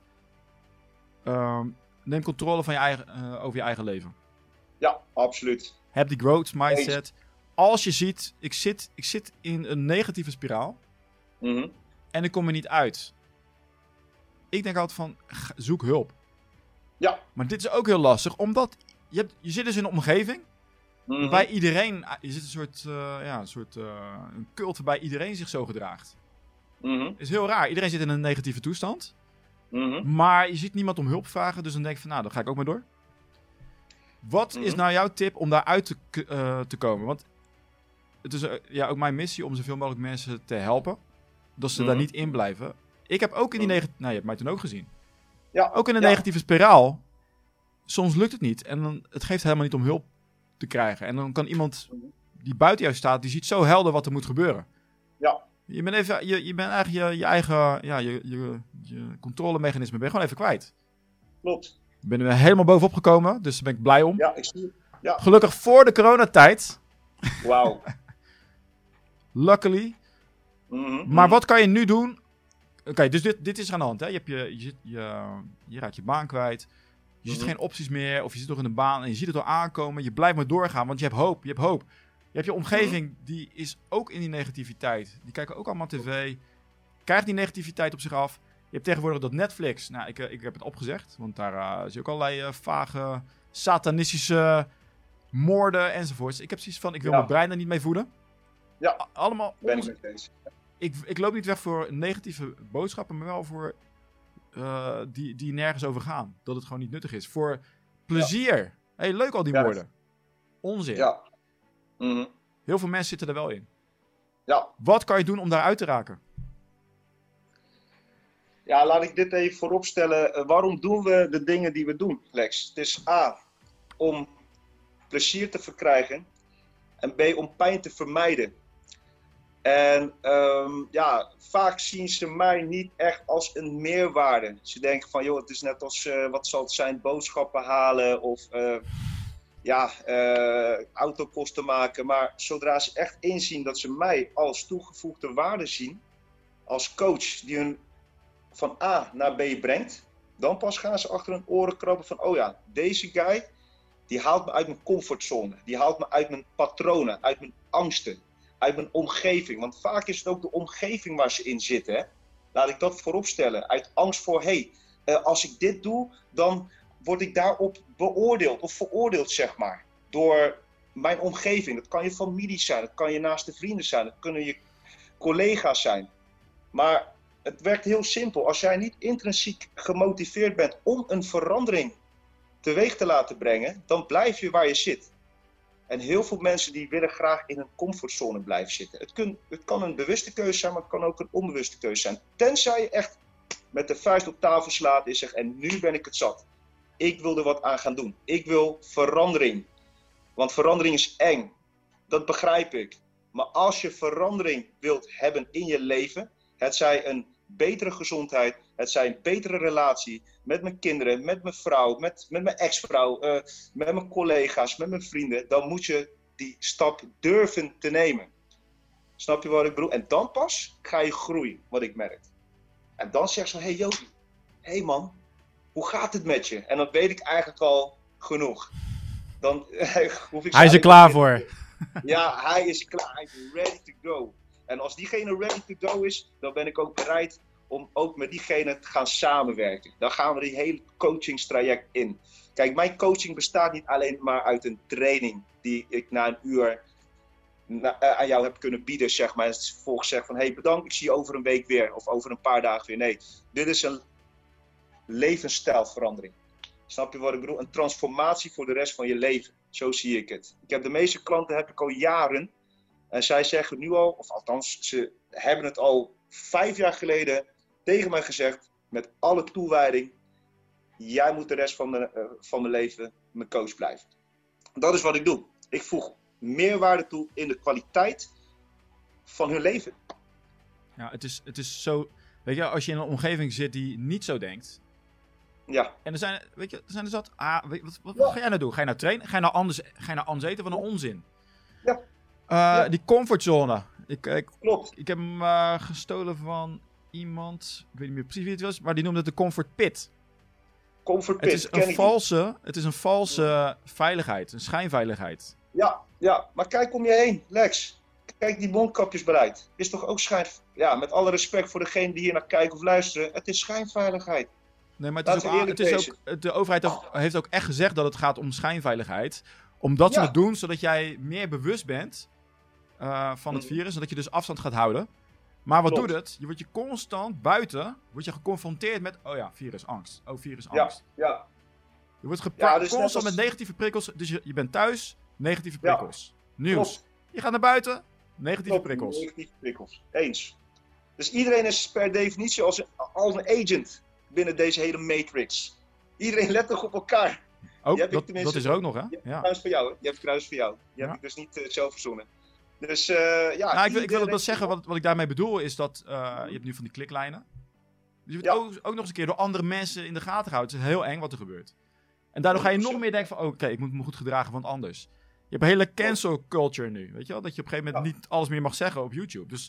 neem controle van over je eigen leven. Ja, absoluut. Heb die growth mindset. Als je ziet, ik zit in een negatieve spiraal. En ik kom er niet uit. Ik denk altijd van, zoek hulp. Ja. Maar dit is ook heel lastig, omdat je zit dus in een omgeving waarbij iedereen, je zit een soort een cult waarbij iedereen zich zo gedraagt. Is heel raar. Iedereen zit in een negatieve toestand. Maar je ziet niemand om hulp vragen, dus dan denk je van, nou, dan ga ik ook maar door. Wat is nou jouw tip om daaruit te komen? Want het is ook mijn missie om zoveel mogelijk mensen te helpen. Dat ze daar niet in blijven. Ik heb ook in die negatieve... Nou, je hebt mij toen ook gezien. Ja, ook in een negatieve spiraal. Soms lukt het niet. En dan, het geeft helemaal niet om hulp te krijgen. En dan kan iemand die buiten jou staat, die ziet zo helder wat er moet gebeuren. Ja. Je bent eigenlijk je eigen... Ja, je controlemechanisme ben je gewoon even kwijt. Klopt. Ik ben er helemaal bovenop gekomen. Dus daar ben ik blij om. Ja, ik zie het. Ja. Gelukkig voor de coronatijd. Wauw. Luckily. Maar wat kan je nu doen? Oké, dus dit is er aan de hand. Hè? Je raakt je baan kwijt. Je ziet geen opties meer. Of je zit nog in een baan en je ziet het al aankomen. Je blijft maar doorgaan, want je hebt hoop. Je hebt je omgeving, die is ook in die negativiteit. Die kijken ook allemaal tv. Krijgt die negativiteit op zich af. Je hebt tegenwoordig dat Netflix. Nou, ik heb het opgezegd. Want daar zie je ook allerlei vage, satanistische moorden enzovoorts. Ik heb zoiets van, ik wil mijn brein er niet mee voeden. Ja, allemaal ben ik met deze. Ik loop niet weg voor negatieve boodschappen, maar wel voor die nergens over gaan. Dat het gewoon niet nuttig is. Voor plezier. Hey, leuk al die woorden. Onzin. Ja. Heel veel mensen zitten er wel in. Ja. Wat kan je doen om daaruit te raken? Ja, laat ik dit even voorop stellen. Waarom doen we de dingen die we doen, Lex? Het is A, om plezier te verkrijgen. En B, om pijn te vermijden. En vaak zien ze mij niet echt als een meerwaarde. Ze denken van, joh, het is net als, wat zal het zijn, boodschappen halen of autokosten maken. Maar zodra ze echt inzien dat ze mij als toegevoegde waarde zien, als coach die hun van A naar B brengt, dan pas gaan ze achter hun oren krabben van, oh ja, deze guy, die haalt me uit mijn comfortzone. Die haalt me uit mijn patronen, uit mijn angsten, uit mijn omgeving. Want vaak is het ook de omgeving waar ze in zitten. Hè? Laat ik dat voorop stellen. Uit angst voor, als ik dit doe, dan word ik daarop beoordeeld of veroordeeld, zeg maar. Door mijn omgeving. Dat kan je familie zijn, dat kan je naaste vrienden zijn, dat kunnen je collega's zijn. Maar het werkt heel simpel. Als jij niet intrinsiek gemotiveerd bent om een verandering teweeg te laten brengen, dan blijf je waar je zit. En heel veel mensen die willen graag in een comfortzone blijven zitten. Het kan een bewuste keuze zijn, maar het kan ook een onbewuste keuze zijn. Tenzij je echt met de vuist op tafel slaat en zegt, en nu ben ik het zat. Ik wil er wat aan gaan doen. Ik wil verandering. Want verandering is eng. Dat begrijp ik. Maar als je verandering wilt hebben in je leven, het zij een betere gezondheid, het zij een betere relatie met mijn kinderen, met mijn vrouw, met mijn ex-vrouw, met mijn collega's, met mijn vrienden, dan moet je die stap durven te nemen. Snap je wat ik bedoel? En dan pas ga je groeien, wat ik merk. En dan zeg je van, hey man, hoe gaat het met je? En dan weet ik eigenlijk al genoeg. Dan hoef ik hij is er klaar voor. Ja, hij is klaar. Hij is ready to go. En als diegene ready to go is, dan ben ik ook bereid om ook met diegene te gaan samenwerken. Dan gaan we die hele coachingstraject in. Kijk, mijn coaching bestaat niet alleen maar uit een training die ik na een uur aan jou heb kunnen bieden, zeg maar. En vervolgens zeg van, bedankt, ik zie je over een week weer of over een paar dagen weer. Nee, dit is een levensstijlverandering. Snap je wat ik bedoel? Een transformatie voor de rest van je leven. Zo zie ik het. Ik heb de meeste klanten heb ik al jaren. En zij zeggen nu al, of althans, ze hebben het al 5 jaar geleden tegen mij gezegd, met alle toewijding, jij moet de rest van mijn leven mijn coach blijven. Dat is wat ik doe. Ik voeg meerwaarde toe in de kwaliteit van hun leven. Ja, het is zo, weet je, als je in een omgeving zit die niet zo denkt. Ja. En er zijn er zat, wat ga jij nou doen? Ga je nou trainen? Ga je nou anders eten? Wat een onzin. Ja. Die comfortzone. Klopt. Ik heb hem gestolen van iemand, ik weet niet meer precies wie het was, maar die noemde het de comfort pit. Comfort pit. Het is een valse veiligheid, een schijnveiligheid. Ja, maar kijk om je heen, Lex. Kijk die mondkapjesbeleid. Is toch ook ja, met alle respect voor degene die hier naar kijken of luisteren, het is schijnveiligheid. Nee, maar het is ook, de overheid heeft ook echt gezegd dat het gaat om schijnveiligheid. Omdat ze het doen, zodat jij meer bewust bent van het virus. Zodat je dus afstand gaat houden. Maar wat doet het? Je wordt je constant buiten geconfronteerd met, virusangst. Oh, virusangst. Ja. Je wordt dus constant met negatieve prikkels. Dus je bent thuis, negatieve prikkels. Nieuws. Klopt. Je gaat naar buiten, negatieve prikkels. Negatieve prikkels, eens. Dus iedereen is per definitie als een agent binnen deze hele matrix. Iedereen let toch op elkaar. Dat is er ook nog, hè? Je hebt kruis voor jou, hè? Je hebt kruis voor jou. Je hebt het dus niet zelf verzonnen. Dus ik wil wel zeggen, wat ik daarmee bedoel is dat je hebt nu van die kliklijnen. Dus je wordt ook nog eens een keer door andere mensen in de gaten gehouden. Het is heel eng wat er gebeurt. En daardoor ga je nog meer denken van, oké, ik moet me goed gedragen, want anders. Je hebt een hele cancel culture nu, weet je wel? Dat je op een gegeven moment niet alles meer mag zeggen op YouTube. Dus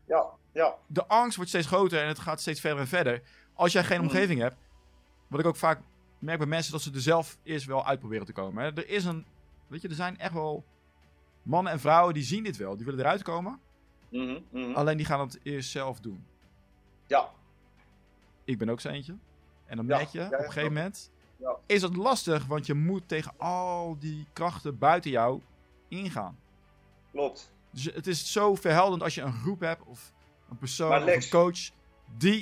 de angst wordt steeds groter en het gaat steeds verder en verder. Als jij geen omgeving hebt, wat ik ook vaak merk bij mensen, dat ze er zelf eerst wel uit proberen te komen. Hè? Er zijn echt wel mannen en vrouwen die zien dit wel. Die willen eruit komen. Alleen die gaan het eerst zelf doen. Ja. Ik ben ook zo eentje. En dan merk je, op een gegeven moment is het lastig, want je moet tegen al die krachten buiten jou ingaan. Klopt. Dus het is zo verhelderend als je een groep hebt, of een persoon, of een coach, die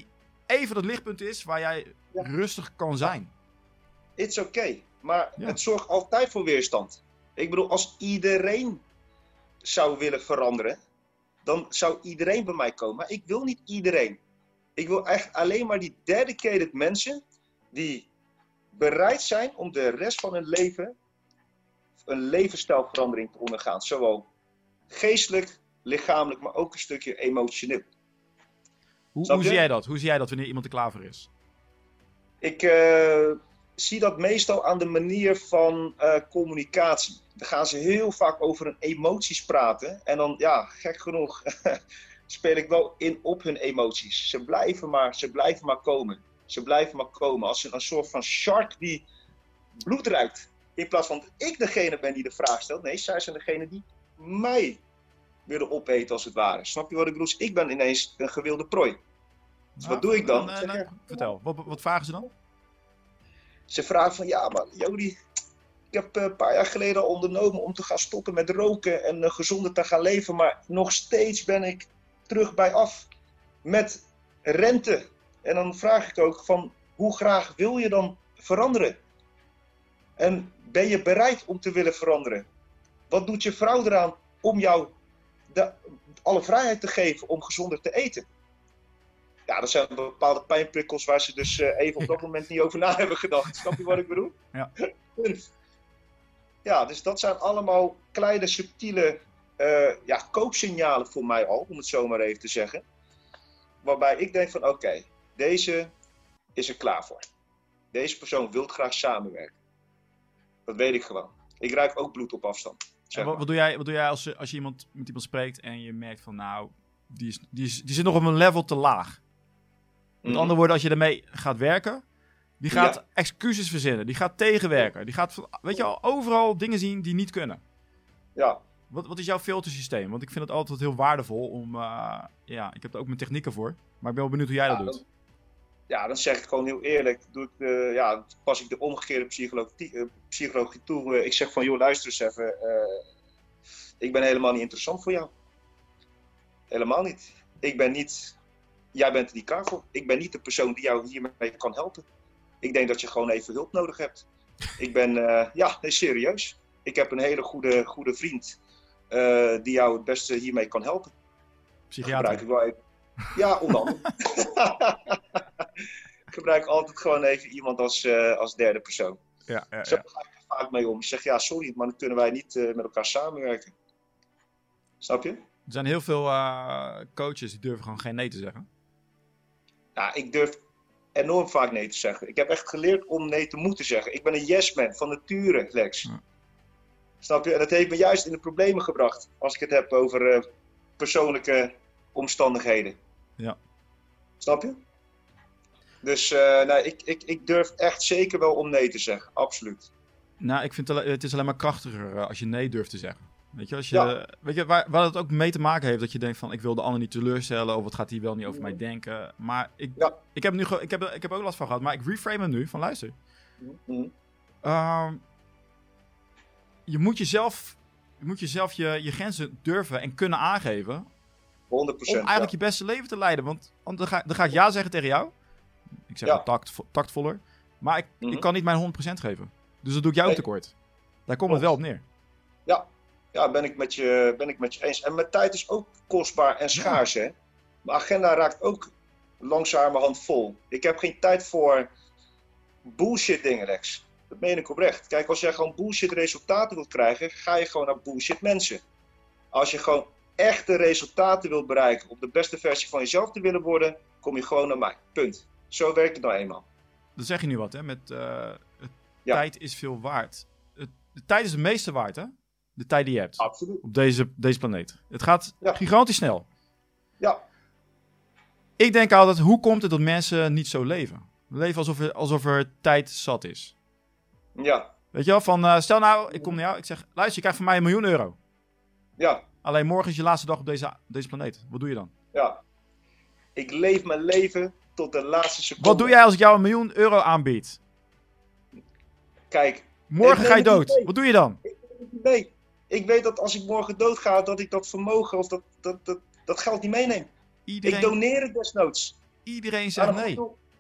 even dat lichtpunt is waar jij rustig kan zijn. It's okay. Maar het zorgt altijd voor weerstand. Ik bedoel, als iedereen zou willen veranderen, dan zou iedereen bij mij komen. Maar ik wil niet iedereen. Ik wil echt alleen maar die dedicated mensen die bereid zijn om de rest van hun leven een levensstijlverandering te ondergaan. Zowel geestelijk, lichamelijk, maar ook een stukje emotioneel. Hoe zie jij dat? Hoe zie jij dat wanneer iemand er klaar voor is? Ik zie dat meestal aan de manier van communicatie. Dan gaan ze heel vaak over hun emoties praten. En dan, gek genoeg, speel ik wel in op hun emoties. Ze blijven maar komen. Ze blijven maar komen. Als een soort van shark die bloed ruikt. In plaats van dat ik degene ben die de vraag stelt. Nee, zij zijn degene die mij willen opeten als het ware. Snap je wat ik bedoel? Ik ben ineens een gewilde prooi. Dus wat doe ik dan? Vertel, wat vragen ze dan? Ze vragen van, ja maar Jody, ik heb een paar jaar geleden al ondernomen om te gaan stoppen met roken en gezonder te gaan leven. Maar nog steeds ben ik terug bij af met rente. En dan vraag ik ook van, hoe graag wil je dan veranderen? En ben je bereid om te willen veranderen? Wat doet je vrouw eraan om jou alle vrijheid te geven om gezonder te eten? Ja, dat zijn bepaalde pijnprikkels waar ze dus even op dat moment niet over na hebben gedacht. Snap je wat ik bedoel? Ja. Ja, dus dat zijn allemaal kleine, subtiele koopsignalen voor mij al, om het zo maar even te zeggen. Waarbij ik denk van, oké, deze is er klaar voor. Deze persoon wil graag samenwerken. Dat weet ik gewoon. Ik ruik ook bloed op afstand. Wat doe jij als je met iemand spreekt en je merkt van, nou, die zit nog op een level te laag? Met andere woorden, als je ermee gaat werken, die gaat excuses verzinnen, die gaat tegenwerken, die gaat, weet je al, overal dingen zien die niet kunnen. Ja. Wat is jouw filtersysteem? Want ik vind het altijd heel waardevol om, ik heb er ook mijn technieken voor, maar ik ben wel benieuwd hoe jij dat doet. Dan zeg ik gewoon heel eerlijk, pas ik de omgekeerde psychologie toe. Ik zeg van, joh, luister eens even, ik ben helemaal niet interessant voor jou. Helemaal niet. Jij bent er niet klaar voor. Ik ben niet de persoon die jou hiermee kan helpen. Ik denk dat je gewoon even hulp nodig hebt. Ik ben, serieus. Ik heb een hele goede vriend die jou het beste hiermee kan helpen. Psychiater? Gebruik ik wel even. Ja, onder andere. Ik gebruik altijd gewoon even iemand als derde persoon. Zo ga ik er vaak mee om. Ik zeg, ja, sorry, maar dan kunnen wij niet met elkaar samenwerken. Snap je? Er zijn heel veel coaches die durven gewoon geen nee te zeggen. Ja, ik durf enorm vaak nee te zeggen. Ik heb echt geleerd om nee te moeten zeggen. Ik ben een yes-man van nature, Lex. Ja. Snap je? En dat heeft me juist in de problemen gebracht. Als ik het heb over persoonlijke omstandigheden. Ja. Snap je? Dus ik durf echt zeker wel om nee te zeggen. Absoluut. Nou, ik vind het is alleen maar krachtiger als je nee durft te zeggen. Weet je, weet je waar het ook mee te maken heeft dat je denkt van, ik wil de ander niet teleurstellen of wat gaat hij wel niet over mij denken. Maar ik heb ook last van gehad, maar ik reframe hem nu van, luister. Je moet jezelf je grenzen durven en kunnen aangeven. 100%. Om eigenlijk je beste leven te leiden. Want dan ga ik ja zeggen tegen jou. Ik zeg wel tactvoller. Maar ik kan niet mijn 100% geven. Dus dat doe ik jou ook tekort. Daar komt het wel op neer. Ja, ben ik met je eens. En mijn tijd is ook kostbaar en schaars. Hè? Mijn agenda raakt ook langzamerhand vol. Ik heb geen tijd voor bullshit dingen, Lex. Dat meen ik oprecht. Kijk, als jij gewoon bullshit resultaten wilt krijgen, ga je gewoon naar bullshit mensen. Als je gewoon echte resultaten wilt bereiken, om de beste versie van jezelf te willen worden, kom je gewoon naar mij. Punt. Zo werkt het nou eenmaal. Dan zeg je nu wat, hè? Tijd is veel waard. De tijd is het meeste waard, hè? De tijd die je hebt. Absoluut. Op deze planeet. Het gaat gigantisch snel. Ja. Ik denk altijd, hoe komt het dat mensen niet zo leven? Leven alsof er tijd zat is. Ja. Weet je wel, van stel nou, ik kom naar jou, ik zeg, luister, je krijgt van mij €1 miljoen. Ja. Alleen morgen is je laatste dag op deze planeet. Wat doe je dan? Ja. Ik leef mijn leven tot de laatste seconde. Wat doe jij als ik jou €1 miljoen aanbied? Kijk. Morgen ga je dood. Wat doe je dan? Nee. Ik weet dat als ik morgen doodga, dat ik dat vermogen of dat geld niet meeneem. Ik doneer het desnoods. Iedereen zegt nee.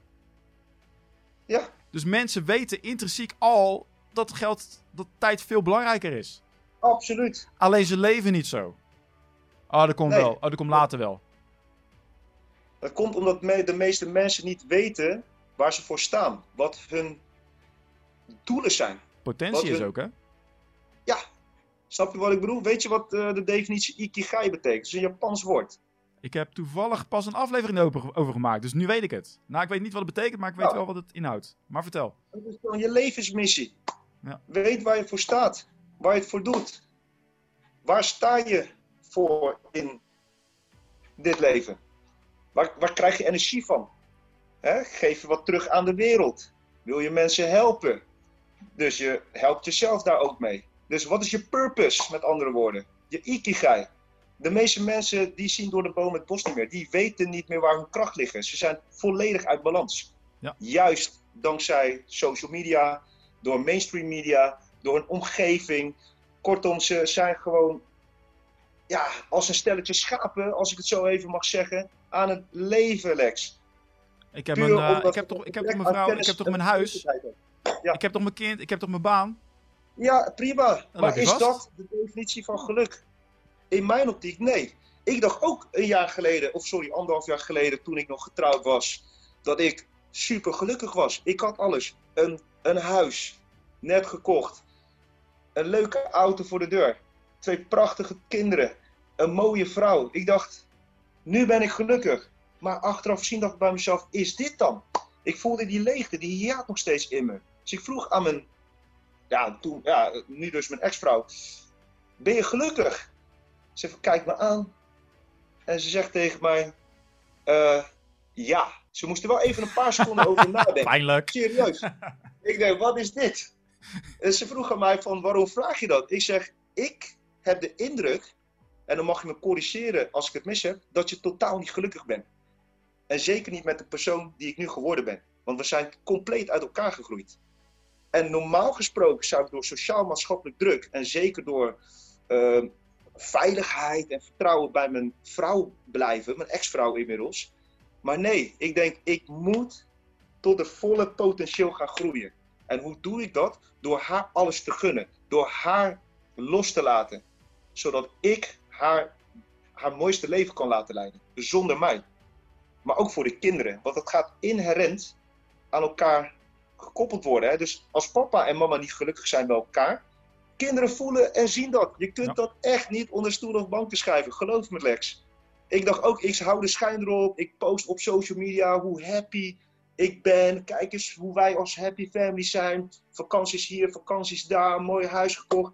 Ja. Dus mensen weten intrinsiek al dat tijd veel belangrijker is. Absoluut. Alleen ze leven niet zo. Oh, dat komt wel. Oh, dat komt later wel. Dat komt omdat de meeste mensen niet weten waar ze voor staan. Wat hun doelen zijn. Potentie is ook, hè? Ja. Snap je wat ik bedoel? Weet je wat de definitie Ikigai betekent? Dat is een Japans woord. Ik heb toevallig pas een aflevering over gemaakt, dus nu weet ik het. Nou, ik weet niet wat het betekent, maar ik weet wel wat het inhoudt. Maar vertel. Het is gewoon je levensmissie. Ja. Weet waar je voor staat. Waar je het voor doet. Waar sta je voor in dit leven? Waar krijg je energie van? Geef je wat terug aan de wereld. Wil je mensen helpen? Dus je helpt jezelf daar ook mee. Dus wat is je purpose, met andere woorden? Je Ikigai. De meeste mensen die zien door de boom het bos niet meer. Die weten niet meer waar hun kracht ligt. Ze zijn volledig uit balans. Ja. Juist dankzij social media, door mainstream media, door een omgeving. Kortom, ze zijn gewoon als een stelletje schapen, als ik het zo even mag zeggen, aan het leven, Lex. Ik heb toch mijn huis. Ja. Ik heb toch mijn kind, ik heb toch mijn baan. Ja, prima. Maar is dat de definitie van geluk? In mijn optiek, nee. Ik dacht ook anderhalf jaar geleden, toen ik nog getrouwd was, dat ik super gelukkig was. Ik had alles. Een huis, net gekocht. Een leuke auto voor de deur. 2 prachtige kinderen. Een mooie vrouw. Ik dacht, nu ben ik gelukkig. Maar achteraf gezien dacht ik bij mezelf, is dit dan? Ik voelde die leegte, die hiaat nog steeds in me. Dus ik vroeg aan mijn, nu dus mijn ex-vrouw, ben je gelukkig? Ze kijkt me aan en ze zegt tegen mij, ja. Ze moest er wel even een paar seconden over nadenken. Pijnlijk. Serieus. Ik denk, wat is dit? En ze vroeg aan mij van, waarom vraag je dat? Ik zeg, ik heb de indruk, en dan mag je me corrigeren als ik het mis heb, dat je totaal niet gelukkig bent. En zeker niet met de persoon die ik nu geworden ben. Want we zijn compleet uit elkaar gegroeid. En normaal gesproken zou ik door sociaal-maatschappelijk druk, en zeker door veiligheid en vertrouwen bij mijn vrouw blijven, mijn ex-vrouw inmiddels. Maar nee, ik denk, ik moet tot de volle potentieel gaan groeien. En hoe doe ik dat? Door haar alles te gunnen. Door haar los te laten. Zodat ik haar mooiste leven kan laten leiden. Dus zonder mij. Maar ook voor de kinderen. Want dat gaat inherent aan elkaar gekoppeld worden. Hè? Dus als papa en mama niet gelukkig zijn bij elkaar. Kinderen voelen en zien dat. Je kunt dat echt niet onder stoel of bank schrijven. Geloof me, Lex. Ik dacht ook, ik hou de schijn erop. Ik post op social media hoe happy ik ben. Kijk eens hoe wij als happy family zijn. Vakanties hier, vakanties daar. Een mooi huis gekocht.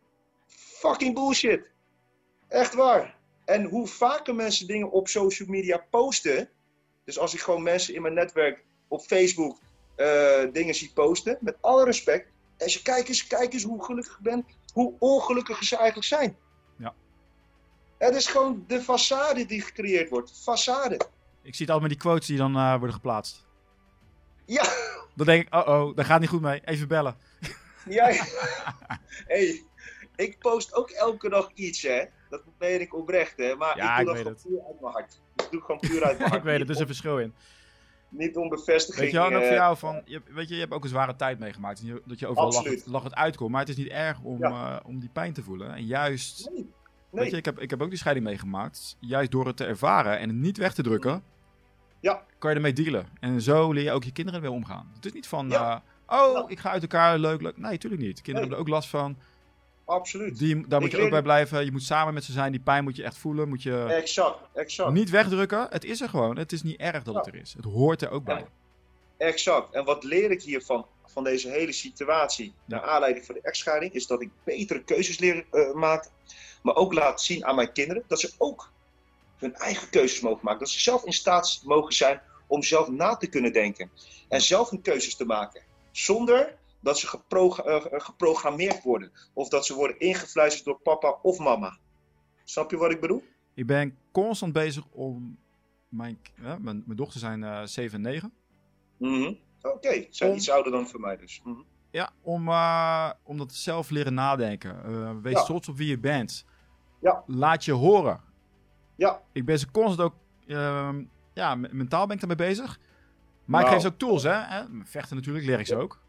Fucking bullshit. Echt waar. En hoe vaker mensen dingen op social media posten. Dus als ik gewoon mensen in mijn netwerk op Facebook dingen zie posten. Met alle respect. En ze kijk eens hoe gelukkig ik ben. Hoe ongelukkig ze eigenlijk zijn. Ja. Het is gewoon de façade die gecreëerd wordt. Façade. Ik zie het altijd met die quotes die dan worden geplaatst. Ja. Dan denk ik, dat gaat niet goed mee. Even bellen. Ja. Hey, ik post ook elke dag iets, hè. Dat meen ik oprecht, hè. Maar ik doe dat gewoon puur uit mijn hart. Ik doe gewoon puur uit mijn hart. Ik weet het, er is een verschil in. Niet om bevestiging. Weet je wel, ook voor jou van, je hebt ook een zware tijd meegemaakt. Dat je overal lachend uitkomt. Maar het is niet erg om die pijn te voelen. En juist, nee. Weet je, ik heb ook die scheiding meegemaakt. Juist door het te ervaren en het niet weg te drukken, kan je ermee dealen. En zo leer je ook je kinderen weer omgaan. Het is niet van, ik ga uit elkaar, leuk. Nee, natuurlijk niet. Kinderen hebben er ook last van. Absoluut. Daar moet je ook bij blijven. Je moet samen met ze zijn. Die pijn moet je echt voelen. Moet je exact. niet wegdrukken. Het is er gewoon. Het is niet erg dat het er is. Het hoort er ook bij. Exact. En wat leer ik hiervan, van deze hele situatie, naar aanleiding van de echtscheiding, is dat ik betere keuzes leer maken. Maar ook laat zien aan mijn kinderen dat ze ook hun eigen keuzes mogen maken. Dat ze zelf in staat mogen zijn om zelf na te kunnen denken. En zelf hun keuzes te maken. Zonder dat ze geprogrammeerd worden. Of dat ze worden ingefluisterd door papa of mama. Snap je wat ik bedoel? Ik ben constant bezig om... Mijn dochters zijn 7 en 9. Oké, ze zijn iets ouder dan voor mij dus. Ja, om dat zelf leren nadenken. Wees trots op wie je bent. Ja. Laat je horen. Ja. Ik ben ze constant ook ja, mentaal ben ik daarmee bezig. Maar ik geef ze ook tools, hè. Vechten natuurlijk, leer ik ze ook.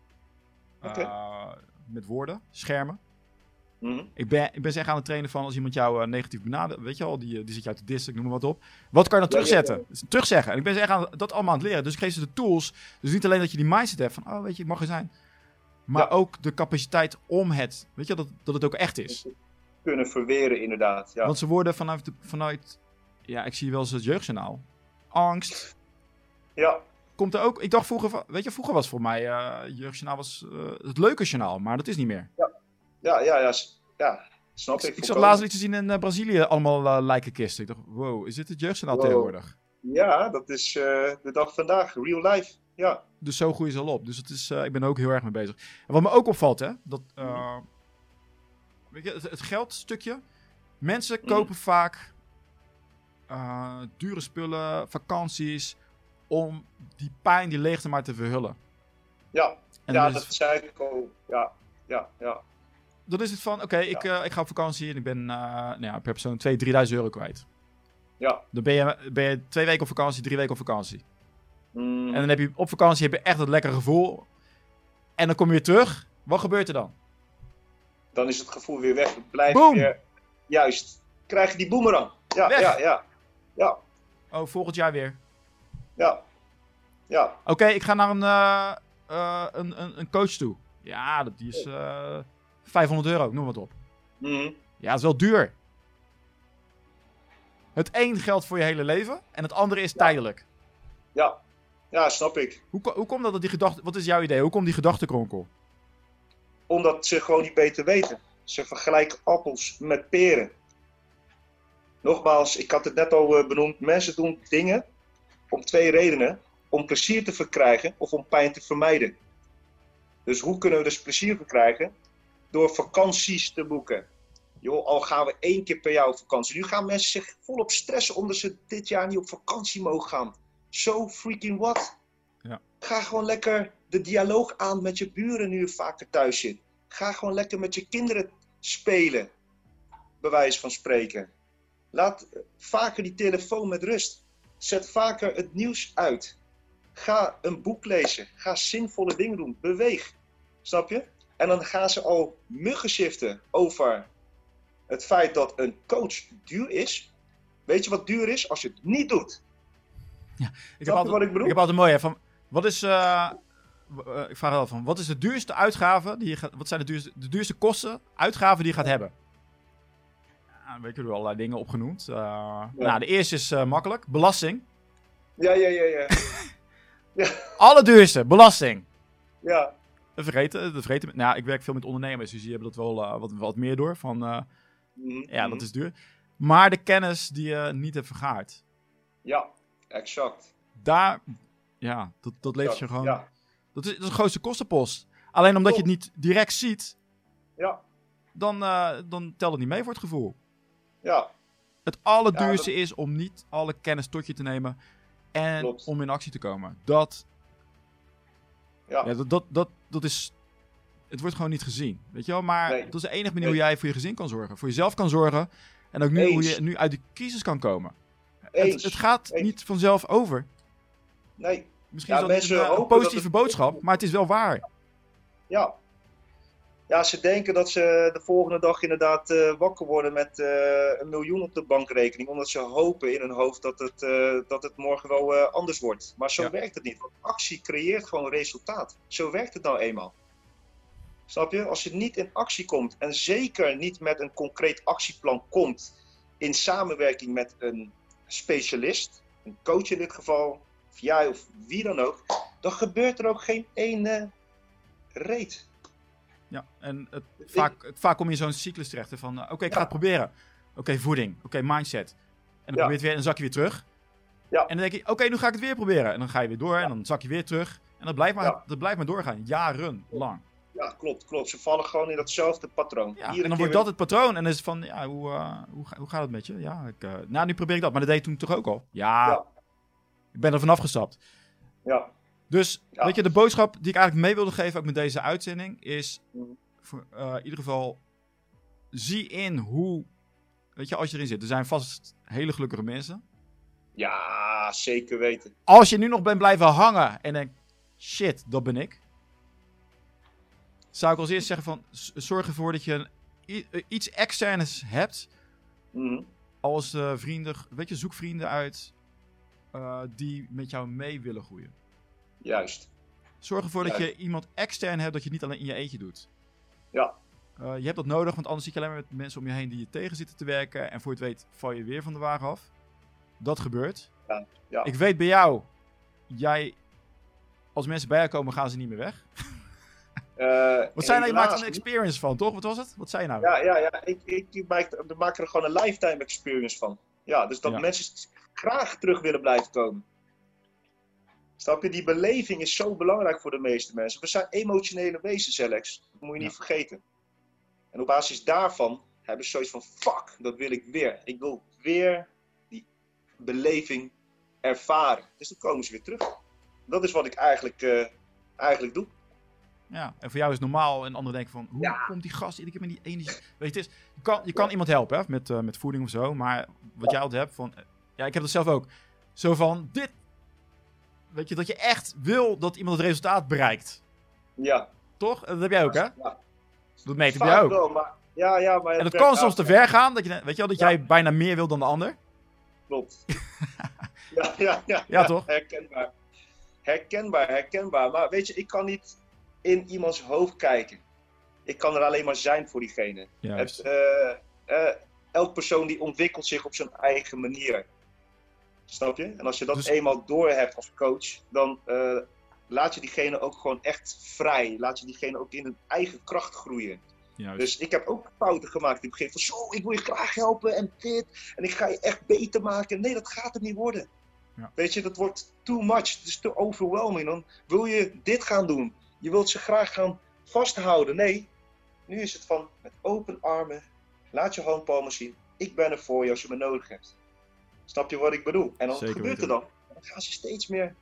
Met woorden, schermen. Mm-hmm. Ik ben ze echt aan het trainen van als iemand jou negatief benadert. Weet je wel, die zit jou te dissen, ik noem maar wat op. Wat kan je dan terugzetten? Ja. Terugzeggen. En ik ben ze echt dat allemaal aan het leren. Dus ik geef ze de tools. Dus niet alleen dat je die mindset hebt van, oh weet je, ik mag er zijn. Maar ook de capaciteit om het, weet je, dat het ook echt is. Kunnen verweren, inderdaad. Ja. Want ze worden vanuit ja, ik zie wel eens het jeugdjournaal. Angst. Ja. Komt er ook, ik dacht vroeger, weet je, vroeger was voor mij, jeugdjournaal was het leuke journaal, maar dat is niet meer. Ja, snap ik. Ik zag laatst iets te zien in Brazilië, allemaal lijkenkisten. Ik dacht, wow, is dit het jeugdjournaal tegenwoordig? Ja, dat is de dag vandaag, real life. Ja. Dus zo groeien ze al op. Dus het is, ik ben er ook heel erg mee bezig. En wat me ook opvalt, hè, dat weet je, het geldstukje. Mensen kopen vaak dure spullen, vakanties, om die pijn, die leegte maar te verhullen. Ja, dat zei ik al. Ja. Dan is het van, oké, ik ga op vakantie en ik ben per persoon 2.000-3.000 euro kwijt. Ja. Dan ben je 2 weken op vakantie, 3 weken op vakantie. En dan heb je op vakantie echt dat lekkere gevoel. En dan kom je weer terug. Wat gebeurt er dan? Dan is het gevoel weer weg. Het blijft weer... Juist. Krijg je die boemerang. Ja. Oh, volgend jaar weer. Ja. Oké, ik ga naar een coach toe. Ja, die is 500 euro, noem wat op. Mm-hmm. Ja, dat is wel duur. Het een geldt voor je hele leven en het andere is tijdelijk. Ja, snap ik. Hoe komt dat die gedachte... Wat is jouw idee? Hoe komt die gedachtenkronkel? Omdat ze gewoon niet beter weten. Ze vergelijken appels met peren. Nogmaals, ik had het net al benoemd. Mensen doen dingen om 2 redenen. Om plezier te verkrijgen of om pijn te vermijden. Dus hoe kunnen we dus plezier verkrijgen? Door vakanties te boeken. Joh, al gaan we 1 keer per jaar op vakantie. Nu gaan mensen zich volop stressen omdat ze dit jaar niet op vakantie mogen gaan. So freaking what? Ja. Ga gewoon lekker de dialoog aan met je buren nu je vaker thuis zit. Ga gewoon lekker met je kinderen spelen. Bij wijze van spreken. Laat vaker die telefoon met rust. Zet vaker het nieuws uit. Ga een boek lezen. Ga zinvolle dingen doen. Beweeg. Snap je? En dan gaan ze al muggen shiften over het feit dat een coach duur is. Weet je wat duur is? Als je het niet doet. Ja, ik heb altijd mooi, hè, van, wat is, ik vraag wel van, wat is de duurste uitgave, wat zijn de duurste kosten, uitgaven die je gaat hebben? Ja, weet je, er allerlei dingen opgenoemd. Nou, de eerste is makkelijk, belasting. Ja. Allerduurste, belasting. Ja. Dat vergeten. Nou, ik werk veel met ondernemers, dus die hebben dat wel wat meer door. Van, ja, dat is duur. Maar de kennis die je niet hebt vergaard. Ja, exact. Daar, ja, dat levert je gewoon... Ja. Dat is de grootste kostenpost. Alleen omdat je het niet direct ziet, dan telt het niet mee voor het gevoel. Ja. Het allerduurste is om niet alle kennis tot je te nemen en om in actie te komen. Dat is... Het wordt gewoon niet gezien, weet je wel? Maar dat is de enige manier hoe jij voor je gezin kan zorgen. Voor jezelf kan zorgen. En ook hoe je nu uit die crisis kan komen. Het gaat niet vanzelf over. Nee. Misschien is dat een positieve boodschap, maar het is wel waar. Ja. Ja, ze denken dat ze de volgende dag inderdaad wakker worden met 1 miljoen op de bankrekening. Omdat ze hopen in hun hoofd dat het morgen wel anders wordt. Maar zo werkt het niet. Want actie creëert gewoon resultaat. Zo werkt het nou eenmaal. Snap je? Als je niet in actie komt en zeker niet met een concreet actieplan komt in samenwerking met een specialist, een coach in dit geval, of jij of wie dan ook, dan gebeurt er ook geen ene reet. Ja, en vaak kom je in zo'n cyclus terecht van, oké, ik ga het proberen. Oké, voeding. Oké, mindset. En dan probeer je het weer en dan zak je weer terug. Ja. En dan denk je, oké, nu ga ik het weer proberen. En dan ga je weer door en dan zak je weer terug. En dat blijft maar doorgaan, jarenlang. Ja, klopt. Ze vallen gewoon in datzelfde patroon. Ja, en dan wordt dat het patroon. En dan is het van, ja, hoe gaat het met je? Ja, nu probeer ik dat. Maar dat deed ik toen toch ook al? Ja. Ik ben er vanaf gestapt. Ja. Dus, weet je, de boodschap die ik eigenlijk mee wilde geven, ook met deze uitzending, is voor, in ieder geval, zie in hoe, weet je, als je erin zit. Er zijn vast hele gelukkige mensen. Ja, zeker weten. Als je nu nog bent blijven hangen en denkt, shit, dat ben ik. Zou ik als eerst zeggen van, zorg ervoor dat je iets externes hebt. Als vrienden, weet je, zoek vrienden uit die met jou mee willen groeien. Juist. Zorg ervoor dat je iemand extern hebt, dat je het niet alleen in je eentje doet. Ja. Je hebt dat nodig, want anders zit je alleen maar met mensen om je heen die je tegen zitten te werken. En voor je het weet, val je weer van de wagen af. Dat gebeurt. Ja. Ik weet bij jou, als mensen bij jou komen, gaan ze niet meer weg. Wat zei nou? Je maakt er een experience van, toch? Wat was het? Wat zei je nou? Ja. Ik maak er gewoon een lifetime experience van. Ja, dus dat mensen graag terug willen blijven komen. Snap je? Die beleving is zo belangrijk voor de meeste mensen. We zijn emotionele wezens, Alex. Dat moet je niet vergeten. En op basis daarvan hebben ze zoiets van, fuck, dat wil ik weer. Ik wil weer die beleving ervaren. Dus dan komen ze weer terug. Dat is wat ik eigenlijk doe. Ja, en voor jou is het normaal en anderen denken van, hoe komt die gast iedere keer met die energie? Weet je, je kan iemand helpen hè, met voeding of zo, maar wat jij altijd hebt van, ik heb dat zelf ook. Zo van, weet je, dat je echt wil dat iemand het resultaat bereikt. Ja. Toch? Dat heb jij ook, hè? Ja. Dat meet ik bij jou ook. Wel, maar, maar en dat kan soms te ver gaan, dat je, weet je wel, dat jij bijna meer wil dan de ander. Klopt. Ja, toch? Herkenbaar. Maar weet je, ik kan niet in iemands hoofd kijken. Ik kan er alleen maar zijn voor diegene. Elk persoon die ontwikkelt zich op zijn eigen manier. Snap je? En als je dat eenmaal doorhebt als coach, dan laat je diegene ook gewoon echt vrij. Laat je diegene ook in hun eigen kracht groeien. Juist. Dus ik heb ook fouten gemaakt in het begin. Van ik wil je graag helpen en dit. En ik ga je echt beter maken. Nee, dat gaat het niet worden. Ja. Weet je, dat wordt too much. Het is te overwhelming. Dan wil je dit gaan doen. Je wilt ze graag gaan vasthouden. Nee, nu is het van met open armen. Laat je handpalmen zien. Ik ben er voor je als je me nodig hebt. Snap je wat ik bedoel? En dan gebeurt er dan. Dan gaan ze steeds meer,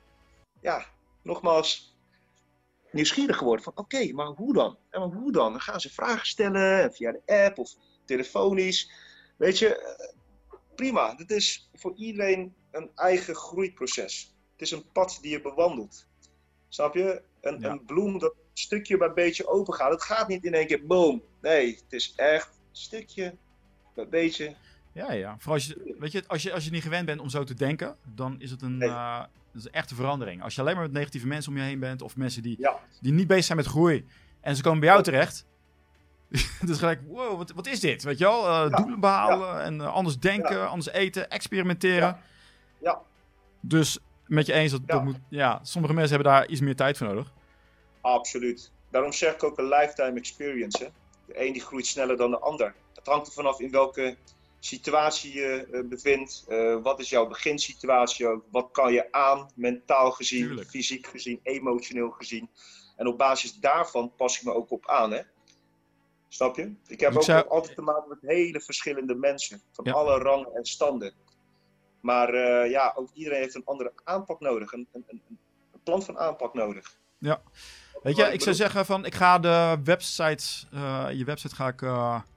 nogmaals, nieuwsgierig worden. Van oké, maar hoe dan? En hoe dan? Dan gaan ze vragen stellen via de app of telefonisch. Weet je, prima. Dit is voor iedereen een eigen groeiproces. Het is een pad die je bewandelt. Snap je? Een bloem dat stukje bij beetje open gaat. Het gaat niet in één keer boom. Nee, het is echt stukje bij beetje. Ja. Vooral als je niet gewend bent om zo te denken, dan is het een echte verandering. Als je alleen maar met negatieve mensen om je heen bent, of mensen die niet bezig zijn met groei, en ze komen bij jou terecht, dus gelijk, wow, wat is dit? Weet je wel? Doelen behalen en anders denken, anders eten, experimenteren. Ja. Dus met je eens, dat moet, sommige mensen hebben daar iets meer tijd voor nodig. Absoluut. Daarom zeg ik ook een lifetime experience. Hè? De een die groeit sneller dan de ander. Het hangt er vanaf in welke situatie je bevindt. Wat is jouw beginsituatie ook? Wat kan je aan, mentaal gezien, fysiek gezien, emotioneel gezien. En op basis daarvan pas ik me ook op aan. Hè? Snap je? Ik heb altijd te maken met hele verschillende mensen. Van alle rangen en standen. Maar ook iedereen heeft een andere aanpak nodig. Een plan van aanpak nodig. Ja. Weet je, ik zou zeggen van, ik ga de website, je website ga ik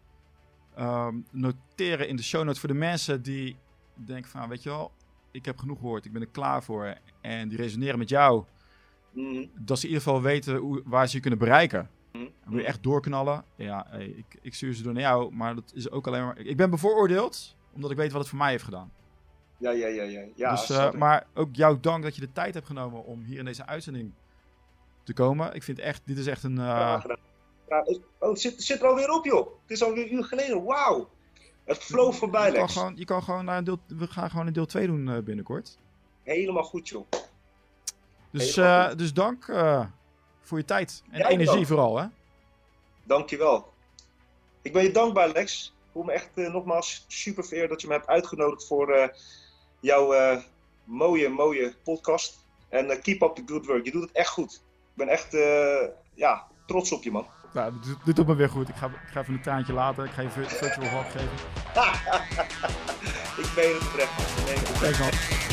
noteren in de show notes voor de mensen die denken van, weet je wel, ik heb genoeg gehoord, ik ben er klaar voor. En die resoneren met jou. Dat ze in ieder geval weten waar ze je kunnen bereiken. En wil je echt doorknallen? Ja, ik stuur ze door naar jou, maar dat is ook alleen maar... Ik ben bevooroordeeld, omdat ik weet wat het voor mij heeft gedaan. Ja. Dus, maar ook jouw dank dat je de tijd hebt genomen om hier in deze uitzending te komen. Ik vind echt, dit is echt een... het zit er alweer op, joh. Het is alweer een uur geleden. Wauw. Het flow voorbij, Lex. Je kan gewoon naar we gaan gewoon een deel 2 doen binnenkort. Helemaal goed, joh. Dus dank voor je tijd. En energie vooral, hè. Dankjewel. Ik ben je dankbaar, Lex. Ik voel me echt nogmaals super vereerd dat je me hebt uitgenodigd voor jouw mooie podcast. En keep up the good work. Je doet het echt goed. Ik ben echt trots op je, man. Nou, dit doet me weer goed. Ik ga even een traantje laten. Ik ga je virtual hug geven. Ik meen het oprecht. Kijk man.